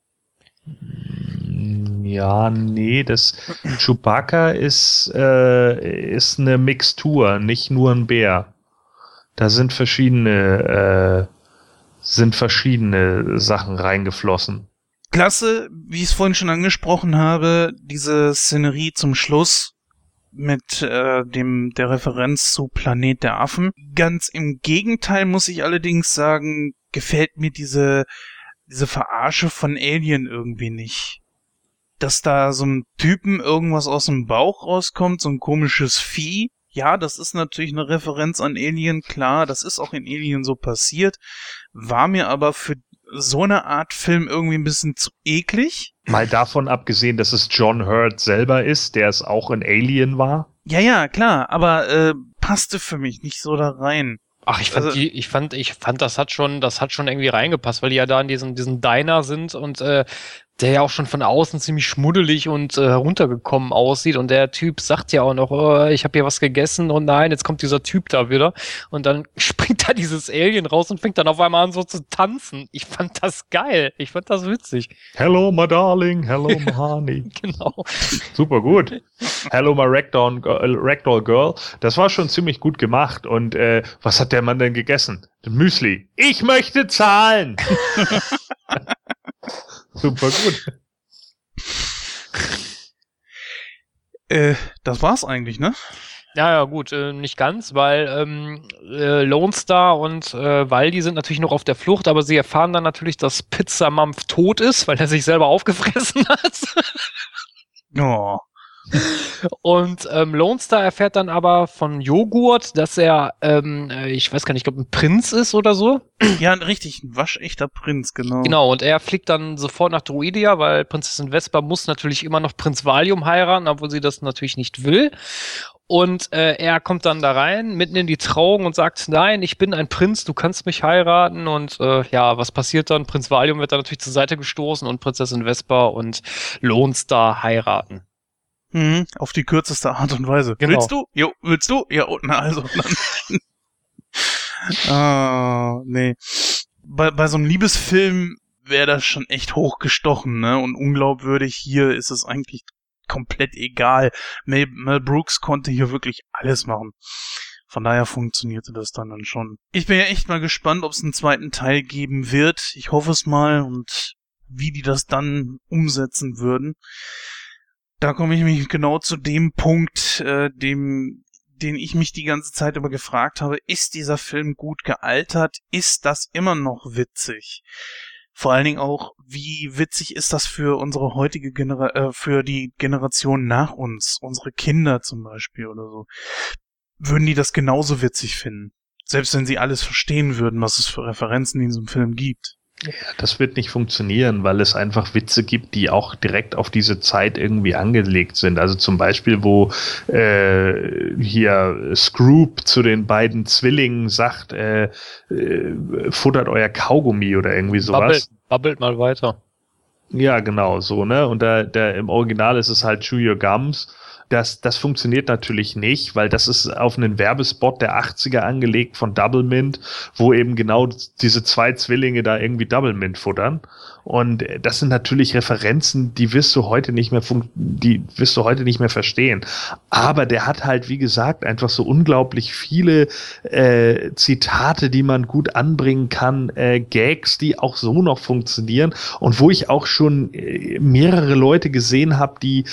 Ja, nee, das Chewbacca ist eine Mixtur, nicht nur ein Bär. Da sind verschiedene Sachen reingeflossen. Klasse, wie ich es vorhin schon angesprochen habe, diese Szenerie zum Schluss mit der Referenz zu Planet der Affen. Ganz im Gegenteil muss ich allerdings sagen, gefällt mir diese Verarsche von Alien irgendwie nicht. Dass da so ein Typen irgendwas aus dem Bauch rauskommt, so ein komisches Vieh. Ja, das ist natürlich eine Referenz an Alien, klar, das ist auch in Alien so passiert, war mir aber für so eine Art Film irgendwie ein bisschen zu eklig. Mal davon abgesehen, dass es John Hurt selber ist, der es auch in Alien war. Ja, klar, aber passte für mich nicht so da rein. Ach, ich fand, das hat schon irgendwie reingepasst, weil die ja da in diesen Diner sind und der ja auch schon von außen ziemlich schmuddelig und heruntergekommen aussieht und der Typ sagt ja auch noch, oh, ich habe hier was gegessen und nein, jetzt kommt dieser Typ da wieder und dann springt da dieses Alien raus und fängt dann auf einmal an so zu tanzen. Ich fand das geil, ich fand das witzig. Hello my darling, hello my honey. Genau. Super gut. Hello my Ragdoll Girl. Das war schon ziemlich gut gemacht und was hat der Mann denn gegessen? Müsli. Ich möchte zahlen. Super gut. Das war's eigentlich, ne? Ja, gut, nicht ganz, weil Lone Star und Waldi sind natürlich noch auf der Flucht, aber sie erfahren dann natürlich, dass Pizza Mampf tot ist, weil er sich selber aufgefressen hat. Oh. Und Lone Star erfährt dann aber von Joghurt, dass er, ich weiß gar nicht, ich glaube ein Prinz ist oder so. Ja, richtig, ein waschechter Prinz, genau. Genau, und er fliegt dann sofort nach Druidia, weil Prinzessin Vespa muss natürlich immer noch Prinz Valium heiraten, obwohl sie das natürlich nicht will. Und er kommt dann da rein, mitten in die Trauung und sagt, nein, ich bin ein Prinz, du kannst mich heiraten. Und ja, was passiert dann? Prinz Valium wird dann natürlich zur Seite gestoßen und Prinzessin Vespa und Lone Star heiraten. Auf die kürzeste Art und Weise. Genau. Willst du? Jo, willst du? Ja, na also. Dann. Nee. Bei so einem Liebesfilm wäre das schon echt hochgestochen, ne? Und unglaubwürdig. Hier ist es eigentlich komplett egal. Mel Brooks konnte hier wirklich alles machen. Von daher funktionierte das dann schon. Ich bin ja echt mal gespannt, ob es einen zweiten Teil geben wird. Ich hoffe es mal und wie die das dann umsetzen würden. Da komme ich mich genau zu dem Punkt, den ich mich die ganze Zeit über gefragt habe, ist dieser Film gut gealtert? Ist das immer noch witzig? Vor allen Dingen auch, wie witzig ist das für unsere heutige für die Generation nach uns, unsere Kinder zum Beispiel oder so? Würden die das genauso witzig finden? Selbst wenn sie alles verstehen würden, was es für Referenzen in diesem Film gibt. Ja, das wird nicht funktionieren, weil es einfach Witze gibt, die auch direkt auf diese Zeit irgendwie angelegt sind. Also zum Beispiel, wo hier Scroop zu den beiden Zwillingen sagt, futtert euer Kaugummi oder irgendwie sowas. Babbelt mal weiter. Ja, genau, so, ne? Und da im Original ist es halt Chew Your Gums. Das funktioniert natürlich nicht, weil das ist auf einen Werbespot der 80er angelegt von Double Mint, wo eben genau diese 2 Zwillinge da irgendwie Double Mint futtern. Und das sind natürlich Referenzen, die wirst du heute nicht mehr verstehen. Aber der hat halt, wie gesagt, einfach so unglaublich viele Zitate, die man gut anbringen kann, Gags, die auch so noch funktionieren und wo ich auch schon mehrere Leute gesehen habe, die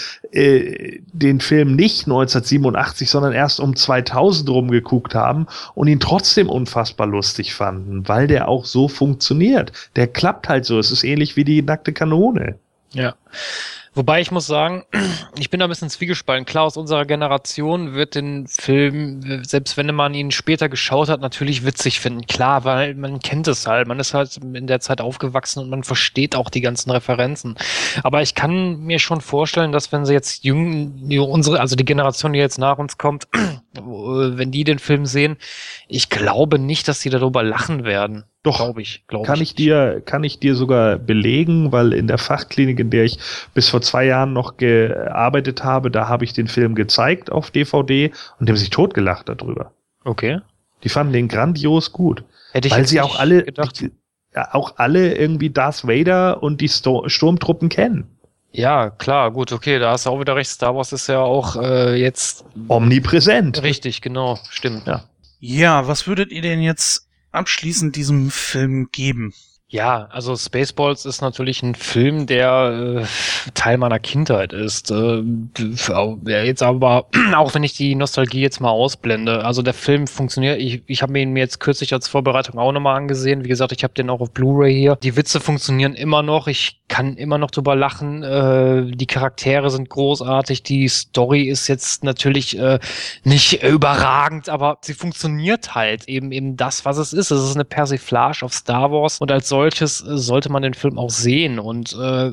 den Film nicht 1987, sondern erst um 2000 rumgeguckt haben und ihn trotzdem unfassbar lustig fanden, weil der auch so funktioniert. Der klappt halt so. Es ist ähnlich wie die nackte Kanone. Ja. Wobei ich muss sagen, ich bin da ein bisschen zwiegespalten. Klar, aus unserer Generation wird den Film, selbst wenn man ihn später geschaut hat, natürlich witzig finden. Klar, weil man kennt es halt. Man ist halt in der Zeit aufgewachsen und man versteht auch die ganzen Referenzen. Aber ich kann mir schon vorstellen, dass wenn sie jetzt also die Generation, die jetzt nach uns kommt, wenn die den Film sehen, ich glaube nicht, dass die darüber lachen werden. Doch, glaube ich. Kann ich dir sogar belegen, weil in der Fachklinik, in der ich bis vor 2 Jahren noch gearbeitet habe, da habe ich den Film gezeigt auf DVD und die haben sich totgelacht darüber. Okay. Die fanden den grandios gut. Hätte ich weil jetzt sie nicht auch alle, gedacht. auch alle irgendwie Darth Vader und die Sturmtruppen kennen. Ja, klar, gut, okay, da hast du auch wieder recht. Star Wars ist ja auch jetzt omnipräsent. Richtig, genau, stimmt. Ja, was würdet ihr denn jetzt abschließend diesem Film geben? Ja, also Spaceballs ist natürlich ein Film, der Teil meiner Kindheit ist. Jetzt aber, auch wenn ich die Nostalgie jetzt mal ausblende, also der Film funktioniert, ich habe ihn mir jetzt kürzlich als Vorbereitung auch nochmal angesehen. Wie gesagt, ich habe den auch auf Blu-ray hier. Die Witze funktionieren immer noch, ich kann immer noch drüber lachen. Die Charaktere sind großartig, die Story ist jetzt natürlich nicht überragend, aber sie funktioniert halt eben das, was es ist. Es ist eine Persiflage auf Star Wars und als solches sollte man den Film auch sehen und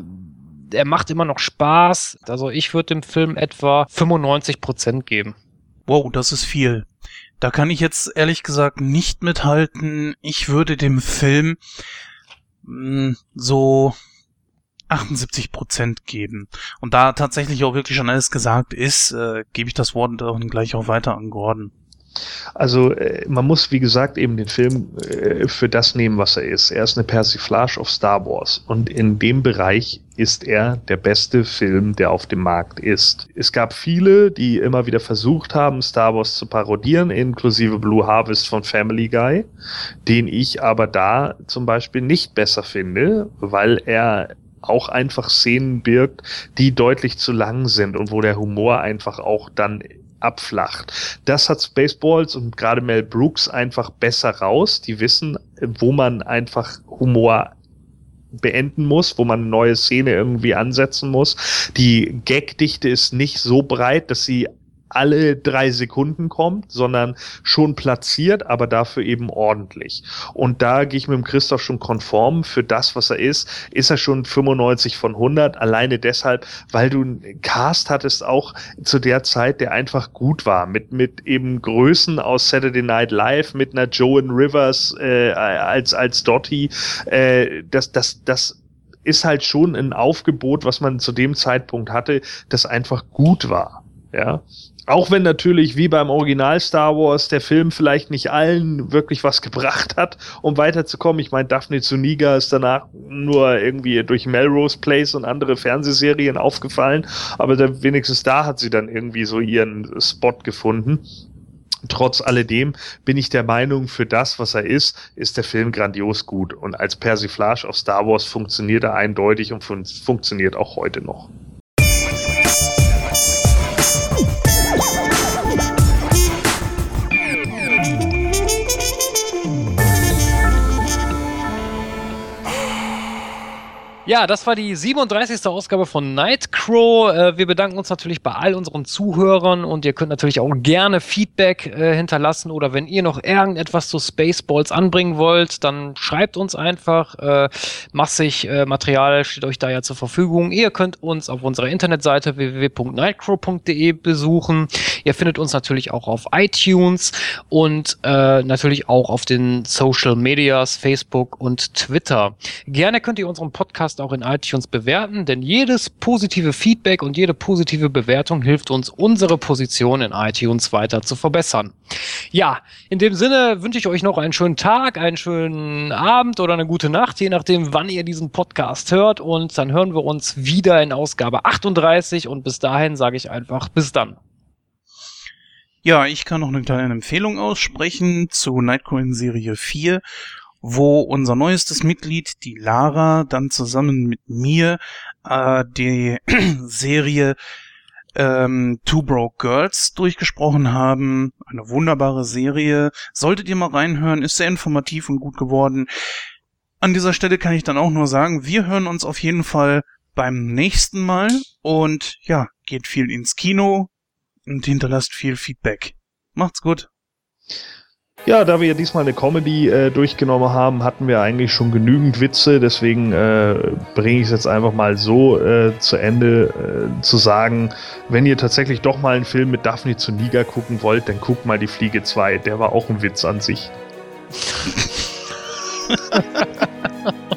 er macht immer noch Spaß. Also ich würde dem Film etwa 95% geben. Wow, das ist viel. Da kann ich jetzt ehrlich gesagt nicht mithalten. Ich würde dem Film so 78% geben. Und da tatsächlich auch wirklich schon alles gesagt ist, gebe ich das Wort dann gleich auch weiter an Gordon. Also man muss, wie gesagt, eben den Film für das nehmen, was er ist. Er ist eine Persiflage auf Star Wars und in dem Bereich ist er der beste Film, der auf dem Markt ist. Es gab viele, die immer wieder versucht haben, Star Wars zu parodieren, inklusive Blue Harvest von Family Guy, den ich aber da zum Beispiel nicht besser finde, weil er auch einfach Szenen birgt, die deutlich zu lang sind und wo der Humor einfach auch dann abflacht. Das hat Spaceballs und gerade Mel Brooks einfach besser raus. Die wissen, wo man einfach Humor beenden muss, wo man eine neue Szene irgendwie ansetzen muss. Die Gagdichte ist nicht so breit, dass sie alle 3 Sekunden kommt, sondern schon platziert, aber dafür eben ordentlich. Und da gehe ich mit dem Christoph schon konform. Für das, was er ist er schon 95 von 100. Alleine deshalb, weil du einen Cast hattest auch zu der Zeit, der einfach gut war. Mit eben Größen aus Saturday Night Live, mit einer Joan Rivers als Dottie. Das ist halt schon ein Aufgebot, was man zu dem Zeitpunkt hatte, das einfach gut war. Ja. Auch wenn natürlich, wie beim Original Star Wars, der Film vielleicht nicht allen wirklich was gebracht hat, um weiterzukommen. Ich meine, Daphne Zuniga ist danach nur irgendwie durch Melrose Place und andere Fernsehserien aufgefallen, aber wenigstens da hat sie dann irgendwie so ihren Spot gefunden. Trotz alledem bin ich der Meinung, für das, was er ist der Film grandios gut. Und als Persiflage auf Star Wars funktioniert er eindeutig und funktioniert auch heute noch. Ja, das war die 37. Ausgabe von Nightcrow. Wir bedanken uns natürlich bei all unseren Zuhörern und ihr könnt natürlich auch gerne Feedback hinterlassen oder wenn ihr noch irgendetwas zu Spaceballs anbringen wollt, dann schreibt uns einfach. Massig Material steht euch da ja zur Verfügung. Ihr könnt uns auf unserer Internetseite www.nightcrow.de besuchen. Ihr findet uns natürlich auch auf iTunes und natürlich auch auf den Social Medias, Facebook und Twitter. Gerne könnt ihr unseren Podcast auch in iTunes bewerten, denn jedes positive Feedback und jede positive Bewertung hilft uns, unsere Position in iTunes weiter zu verbessern. Ja, in dem Sinne wünsche ich euch noch einen schönen Tag, einen schönen Abend oder eine gute Nacht, je nachdem, wann ihr diesen Podcast hört. Und dann hören wir uns wieder in Ausgabe 38 und bis dahin sage ich einfach bis dann. Ja, ich kann noch eine kleine Empfehlung aussprechen zu Nightcrow in Serie 4, wo unser neuestes Mitglied, die Lara, dann zusammen mit mir die Serie Two Broke Girls durchgesprochen haben. Eine wunderbare Serie. Solltet ihr mal reinhören, ist sehr informativ und gut geworden. An dieser Stelle kann ich dann auch nur sagen, wir hören uns auf jeden Fall beim nächsten Mal und ja, geht viel ins Kino und hinterlasst viel Feedback. Macht's gut. Ja, da wir diesmal eine Comedy durchgenommen haben, hatten wir eigentlich schon genügend Witze, deswegen bringe ich es jetzt einfach mal so zu Ende, zu sagen, wenn ihr tatsächlich doch mal einen Film mit Daphne Zuniga gucken wollt, dann guckt mal Die Fliege 2, der war auch ein Witz an sich.